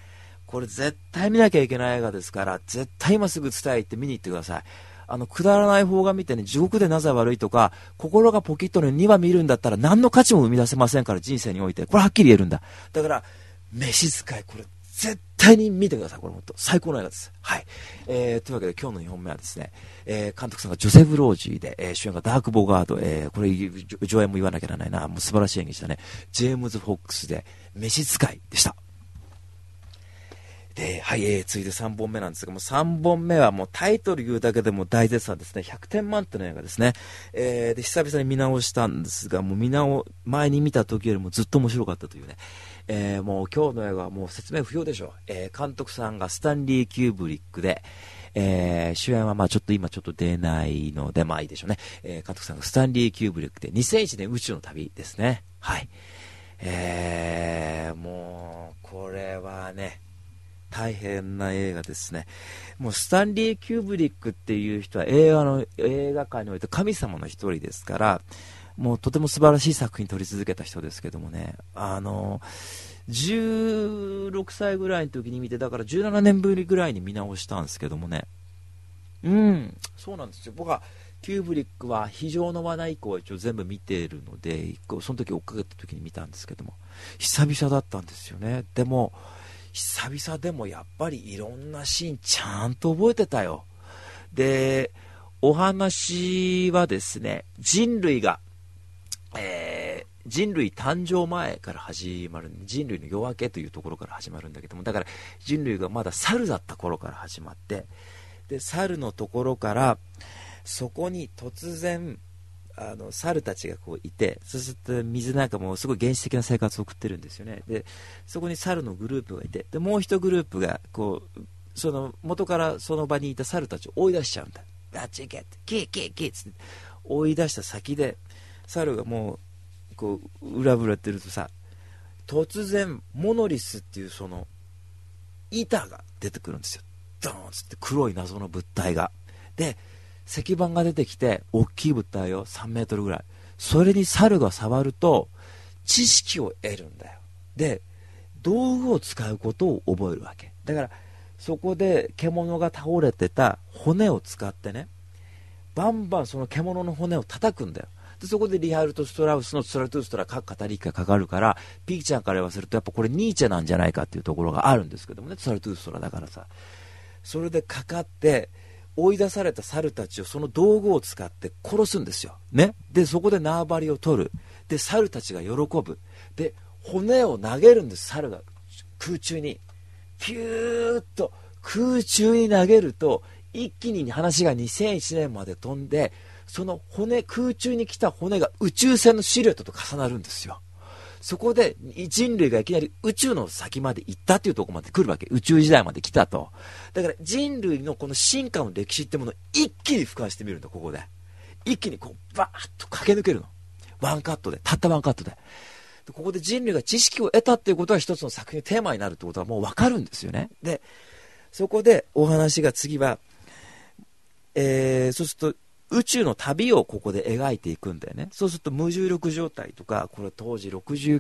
これ絶対見なきゃいけない映画ですから、絶対今すぐ伝え行って見に行ってください。くだらない邦画見てね、地獄でなぜ悪いとか、心がポキッとの2話見るんだったら何の価値も生み出せませんから、人生において。これはっきり言えるんだ。だから、召使い、これ絶対に見てください。これ本当最高の映画です。はい。というわけで今日の2本目はですね、監督さんがジョセフ・ロージーで、主演がダーク・ボガード、これ上演も言わなきゃならないな。もう素晴らしい演技したね。ジェームズ・フォックスで、召使いでした。で、はい、続いて3本目なんですが、もう3本目はもうタイトル言うだけでも大絶賛ですね。100点満点の映画ですね。で、久々に見直したんですが、もう前に見た時よりもずっと面白かったというね。もう今日の映画はもう説明不要でしょう。監督さんがスタンリー・キューブリックで、主演はまあちょっと今ちょっと出ないので、まあいいでしょうね。監督さんがスタンリー・キューブリックで2001年宇宙の旅ですね。はい。もう、これはね、大変な映画ですね。もうスタンリー・キューブリックっていう人は映画界において神様の一人ですから、もうとても素晴らしい作品撮り続けた人ですけどもね、16歳ぐらいの時に見て、だから17年ぶりぐらいに見直したんですけどもね、そうなんですよ。僕はキューブリックは非常の罠以降は一応全部見ているので、その時追っかけた時に見たんですけども、久々だったんですよね。でも久々でもやっぱりいろんなシーンちゃんと覚えてたよ。で、お話はですね、人類誕生前から始まる、人類の夜明けというところから始まるんだけども、だから人類がまだ猿だった頃から始まって、で猿のところからそこに突然猿たちがこういて、そうすると水なんかもすごい原始的な生活を送ってるんですよね。でそこに猿のグループがいて、でもう一グループがこうその元からその場にいた猿たちを追い出しちゃうんだ。あっち行けってキーキーキーっつって追い出した先で、猿がもうこう裏ぶらってるとさ、突然モノリスっていうその板が出てくるんですよ。ドーンっつって黒い謎の物体が。で石板が出てきて、大きい物体よ、3メートルぐらい。それに猿が触ると知識を得るんだよ。で道具を使うことを覚えるわけだから、そこで獣が倒れてた骨を使ってね、バンバンその獣の骨を叩くんだよ。でそこでリハルト・ストラウスのストラトゥーストラ各語りがかかるから、ピーちゃんから言わせるとやっぱこれニーチェなんじゃないかっていうところがあるんですけどもね、ストラトゥーストラだからさ、それでかかって追い出された猿たちをその道具を使って殺すんですよ、ね、でそこで縄張りを取る。で猿たちが喜ぶ。で骨を投げるんです。猿が空中にピューッと空中に投げると、一気に話が2001年まで飛んで、その骨、空中に来た骨が宇宙船のシルエットと重なるんですよ。そこで人類がいきなり宇宙の先まで行ったっていうところまで来るわけ。宇宙時代まで来たと。だから人類のこの進化の歴史ってものを一気に俯瞰してみるんだ。ここで一気にこうバーッと駆け抜けるの。ワンカットで、たったワンカットで。ここで人類が知識を得たっていうことは一つの作品のテーマになるってことはもう分かるんですよね。でそこでお話が次は、そうすると宇宙の旅をここで描いていくんだよね。そうすると無重力状態とか、これ当時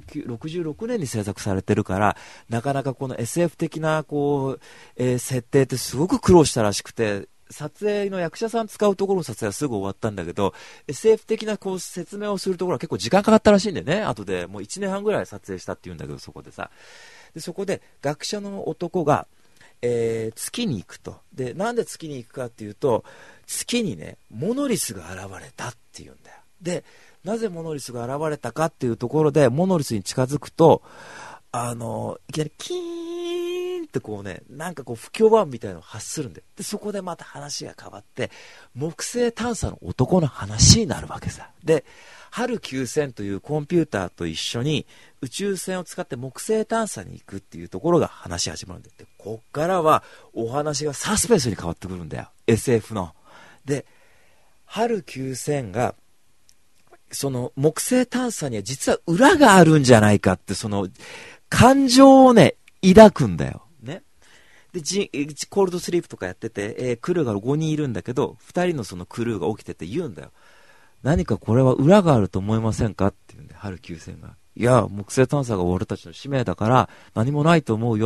66年に制作されてるから、なかなかこの SF 的なこう、設定ってすごく苦労したらしくて、撮影の役者さん使うところの撮影はすぐ終わったんだけど、 SF 的なこう説明をするところは結構時間かかったらしいんだよね。後でもう1年半ぐらい撮影したっていうんだけど、そこでさ、でそこで学者の男が月に行くと。でなんで月に行くかっていうと、月にねモノリスが現れたっていうんだよ。でなぜモノリスが現れたかっていうところで、モノリスに近づくといきなりキーンってこうね、なんかこう不協和音みたいなのを発するんで、でそこでまた話が変わって木星探査の男の話になるわけさ。でHAL 9000というコンピューターと一緒に宇宙船を使って木星探査に行くっていうところが話し始まるんで、こっからはお話がサスペンスに変わってくるんだよ、 SF の。でHAL 9000がその木星探査には実は裏があるんじゃないかって、その感情をね抱くんだよね。でコールドスリープとかやってて、クルーが5人いるんだけど、2人のそのクルーが起きてて言うんだよ。何かこれは裏があると思いませんかって言うんで、HAL 9000が。いや木星探査が俺たちの使命だから何もないと思うよって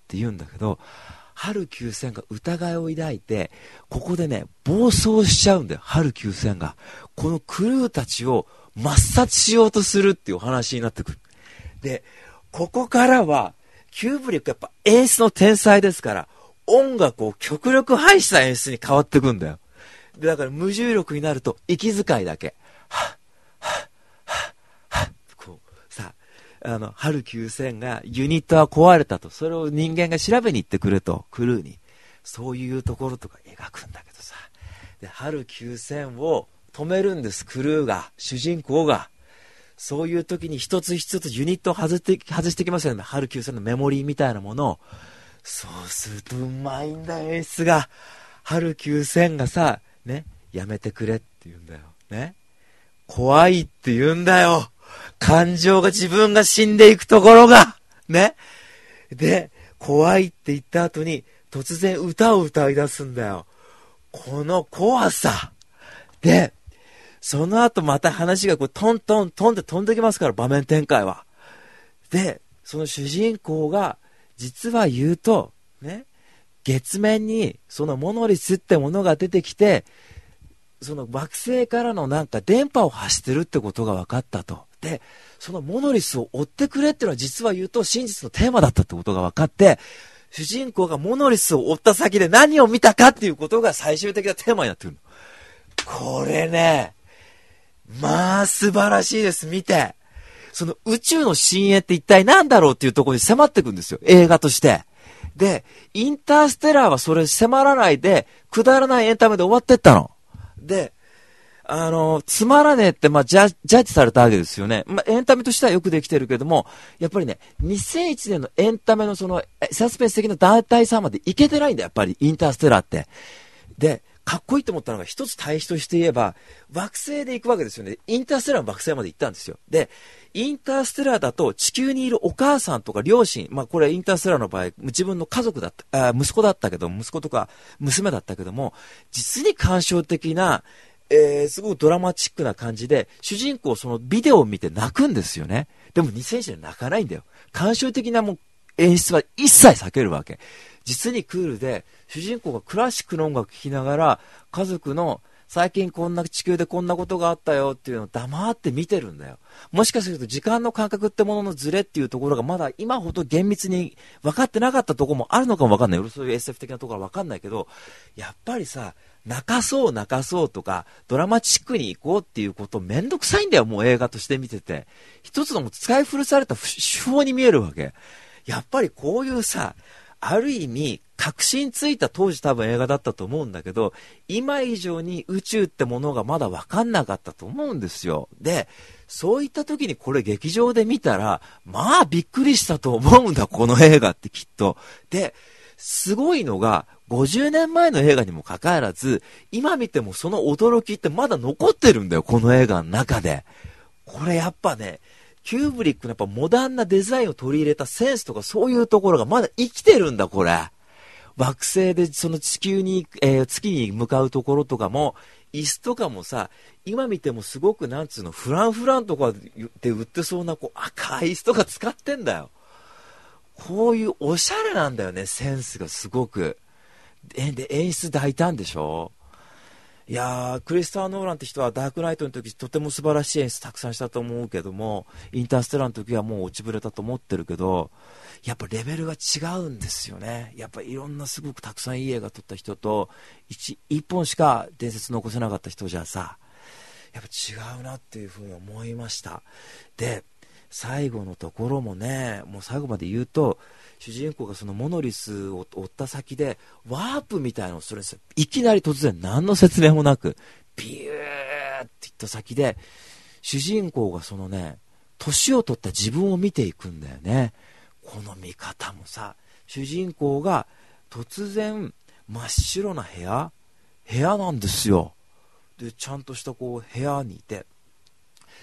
って言うんだけど、春急戦が疑いを抱いて、ここでね、暴走しちゃうんだよ、春急戦が。このクルーたちを抹殺しようとするっていうお話になってくる。で、ここからは、キューブリックやっぱ演出の天才ですから、音楽を極力排した演出に変わってくんだよ。で、だから無重力になると、息遣いだけ。はっ、はっ、はっ、はっ、こう、さ、春急戦がユニットは壊れたと、それを人間が調べに行ってくれと、クルーに。そういうところとか描くんだけどさ。で、春急戦を止めるんです、クルーが、主人公が。そういう時に一つ一つユニットを外してきますよね。春急戦のメモリーみたいなものを。そうするとうまいんだよ、演出が。春急戦がさ、ね、やめてくれって言うんだよ。ね。怖いって言うんだよ。感情が自分が死んでいくところが。ね。で、怖いって言った後に突然歌を歌い出すんだよ。この怖さ。で、その後また話がこうトントントンって飛んできますから、場面展開は。で、その主人公が実は言うと、ね、月面にそのモノリスってものが出てきて、その惑星からのなんか電波を発してるってことが分かったと。で、そのモノリスを追ってくれっていうのは実は言うと真実のテーマだったってことが分かって、主人公がモノリスを追った先で何を見たかっていうことが最終的なテーマになってくるの。これね、まあ素晴らしいです。見て。その宇宙の深淵って一体何だろうっていうところに迫ってくるんですよ。映画として。で、インターステラーはそれ迫らないで、くだらないエンタメで終わってったの。で、つまらねえって、ジャッジされたわけですよね。エンタメとしてはよくできてるけども、やっぱりね、2001年のエンタメのその、サスペンス的な団体さんまでいけてないんだよ、やっぱり、インターステラーって。で、かっこいいと思ったのが一つ対比として言えば、惑星で行くわけですよね。インターステラーの惑星まで行ったんですよ。で、インターステラーだと地球にいるお母さんとか両親、これインターステラーの場合、自分の家族だった、息子だったけど、息子とか娘だったけども、実に感傷的な、すごくドラマチックな感じで、主人公そのビデオを見て泣くんですよね。でも2001年泣かないんだよ。感傷的なもう演出は一切避けるわけ。実にクールで、主人公がクラシックの音楽聴きながら、家族の最近こんな地球でこんなことがあったよっていうのを黙って見てるんだよ。もしかすると時間の感覚ってもののズレっていうところがまだ今ほど厳密に分かってなかったところもあるのかも分かんない。そういう SF 的なところは分かんないけど、やっぱりさ、泣かそうとか、ドラマチックに行こうっていうことめんどくさいんだよ、もう映画として見てて。一つのもう使い古された手法に見えるわけ。やっぱりこういうさ、ある意味、確信ついた当時多分映画だったと思うんだけど、今以上に宇宙ってものがまだ分かんなかったと思うんですよ。で、そういった時にこれ劇場で見たら、まあびっくりしたと思うんだ、この映画ってきっと。で、すごいのが、50年前の映画にもかかわらず、今見てもその驚きってまだ残ってるんだよ、この映画の中で。これやっぱね、キューブリックのやっぱモダンなデザインを取り入れたセンスとかそういうところがまだ生きてるんだ、これ。惑星でその地球に、月に向かうところとかも、椅子とかもさ、今見てもすごくなんつうの、フランとかで売ってそうなこう赤い椅子とか使ってんだよ。こういうおしゃれなんだよね、センスがすごく。で、演出大胆でしょ。いやー、クリストファー・ノーランって人はダークナイトの時とても素晴らしい演出たくさんしたと思うけども、インターステラーの時はもう落ちぶれたと思ってるけど、やっぱレベルが違うんですよね。やっぱいろんなすごくたくさんいい映画撮った人と一本しか伝説残せなかった人じゃさ、やっぱ違うなっていうふうに思いました。で、最後のところもね、もう最後まで言うと、主人公がそのモノリスを追った先でワープみたいなのをするんですよ。いきなり突然何の説明もなくビューっていった先で主人公がそのね、年を取った自分を見ていくんだよね。この見方もさ、主人公が突然真っ白な部屋なんですよ。でちゃんとしたこう部屋にいて、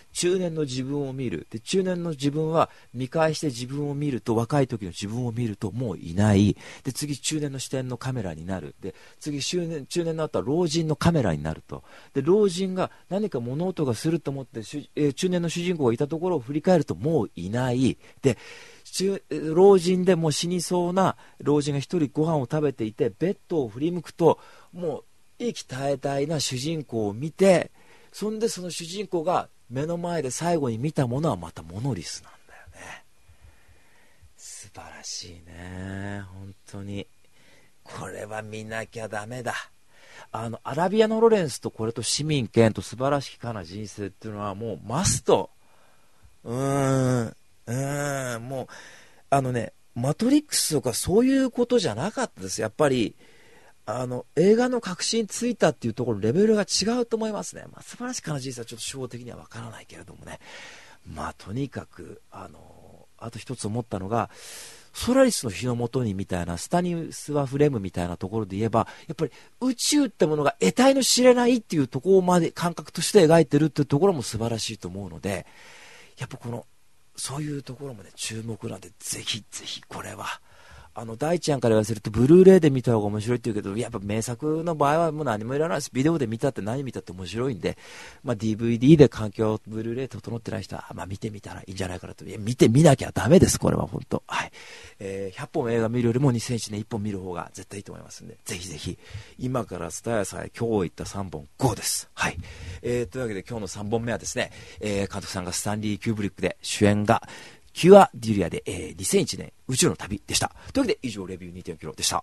中年の自分を見る。で、中年の自分は見返して自分を見ると、若い時の自分を見るともういない。で、次中年の視点のカメラになる。で、次中年の後は老人のカメラになると。で、老人が何か物音がすると思って、中年の主人公がいたところを振り返るともういない。で、老人でもう死にそうな老人が一人ご飯を食べていて、ベッドを振り向くと、もう息絶え絶えな主人公を見て、そんでその主人公が目の前で最後に見たものはまたモノリスなんだよね。素晴らしいね、本当に。これは見なきゃダメだ。アラビアのロレンスとこれと市民権と素晴らしきかな人生っていうのはもうマスト。もうマトリックスとかそういうことじゃなかったです。やっぱり映画の確信ついたっていうところレベルが違うと思いますね。素晴らしく悲しい人はちょっと初歩的にはわからないけれどもね。とにかくあと一つ思ったのが、ソラリスの日の元にみたいなスタニスワフレムみたいなところで言えば、やっぱり宇宙ってものが得体の知れないっていうところまで感覚として描いてるっていうところも素晴らしいと思うので、やっぱそういうところもね注目なんで、ぜひぜひこれは大ちゃんから言わせるとブルーレイで見た方が面白いって言うけど、やっぱ名作の場合はもう何もいらないです。ビデオで見たって何見たって面白いんで、DVD で環境ブルーレイ整ってない人は見てみたらいいんじゃないかなと。見てみなきゃダメです、これは本当。はい。100本映画見るよりも2001年1本見る方が絶対いいと思いますんで、ぜひぜひ今からスタヤさえ今日言った3本 GO です。はい。というわけで今日の3本目はですね、監督さんがスタンリー・キューブリックで、主演がキュア・デュリアで、2001年宇宙の旅でした。というわけで以上レビュー 2.4 キロでした。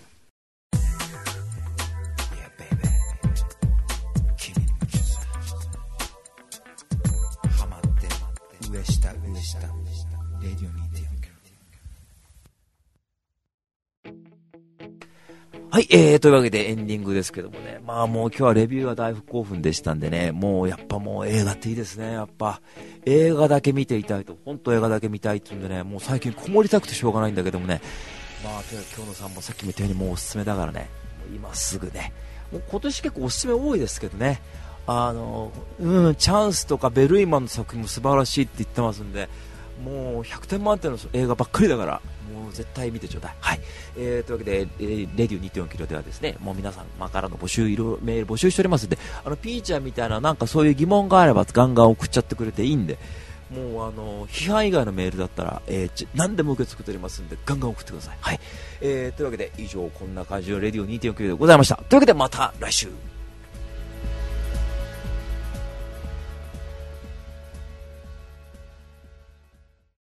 ハマって上下レディオ 2.4 キロ。はい、というわけでエンディングですけどもね、もう今日はレビューは大不興奮でしたんでね、もうやっぱもう映画っていいですね。やっぱ映画だけ見ていたいと、本当映画だけ見たいっていうんでね、もう最近こもりたくてしょうがないんだけどもね、とにかく今日の3本さっきも言ったようにもうおすすめだからね、今すぐね、もう今年結構おすすめ多いですけどね、チャンスとかベルイマンの作品も素晴らしいって言ってますんで、もう100点満点の映画ばっかりだから、もう絶対見てちょうだい。はい。というわけで、レディオ 2.4 キロではですね、もう皆さんからのメール募集しておりますんで、ピーちゃんみたいななんかそういう疑問があればガンガン送っちゃってくれていいんで、もう批判以外のメールだったら、何でも受け付けておりますんで、ガンガン送ってください。はい。というわけで以上こんな感じのレディオ 2.4 キロでございました。というわけでまた来週。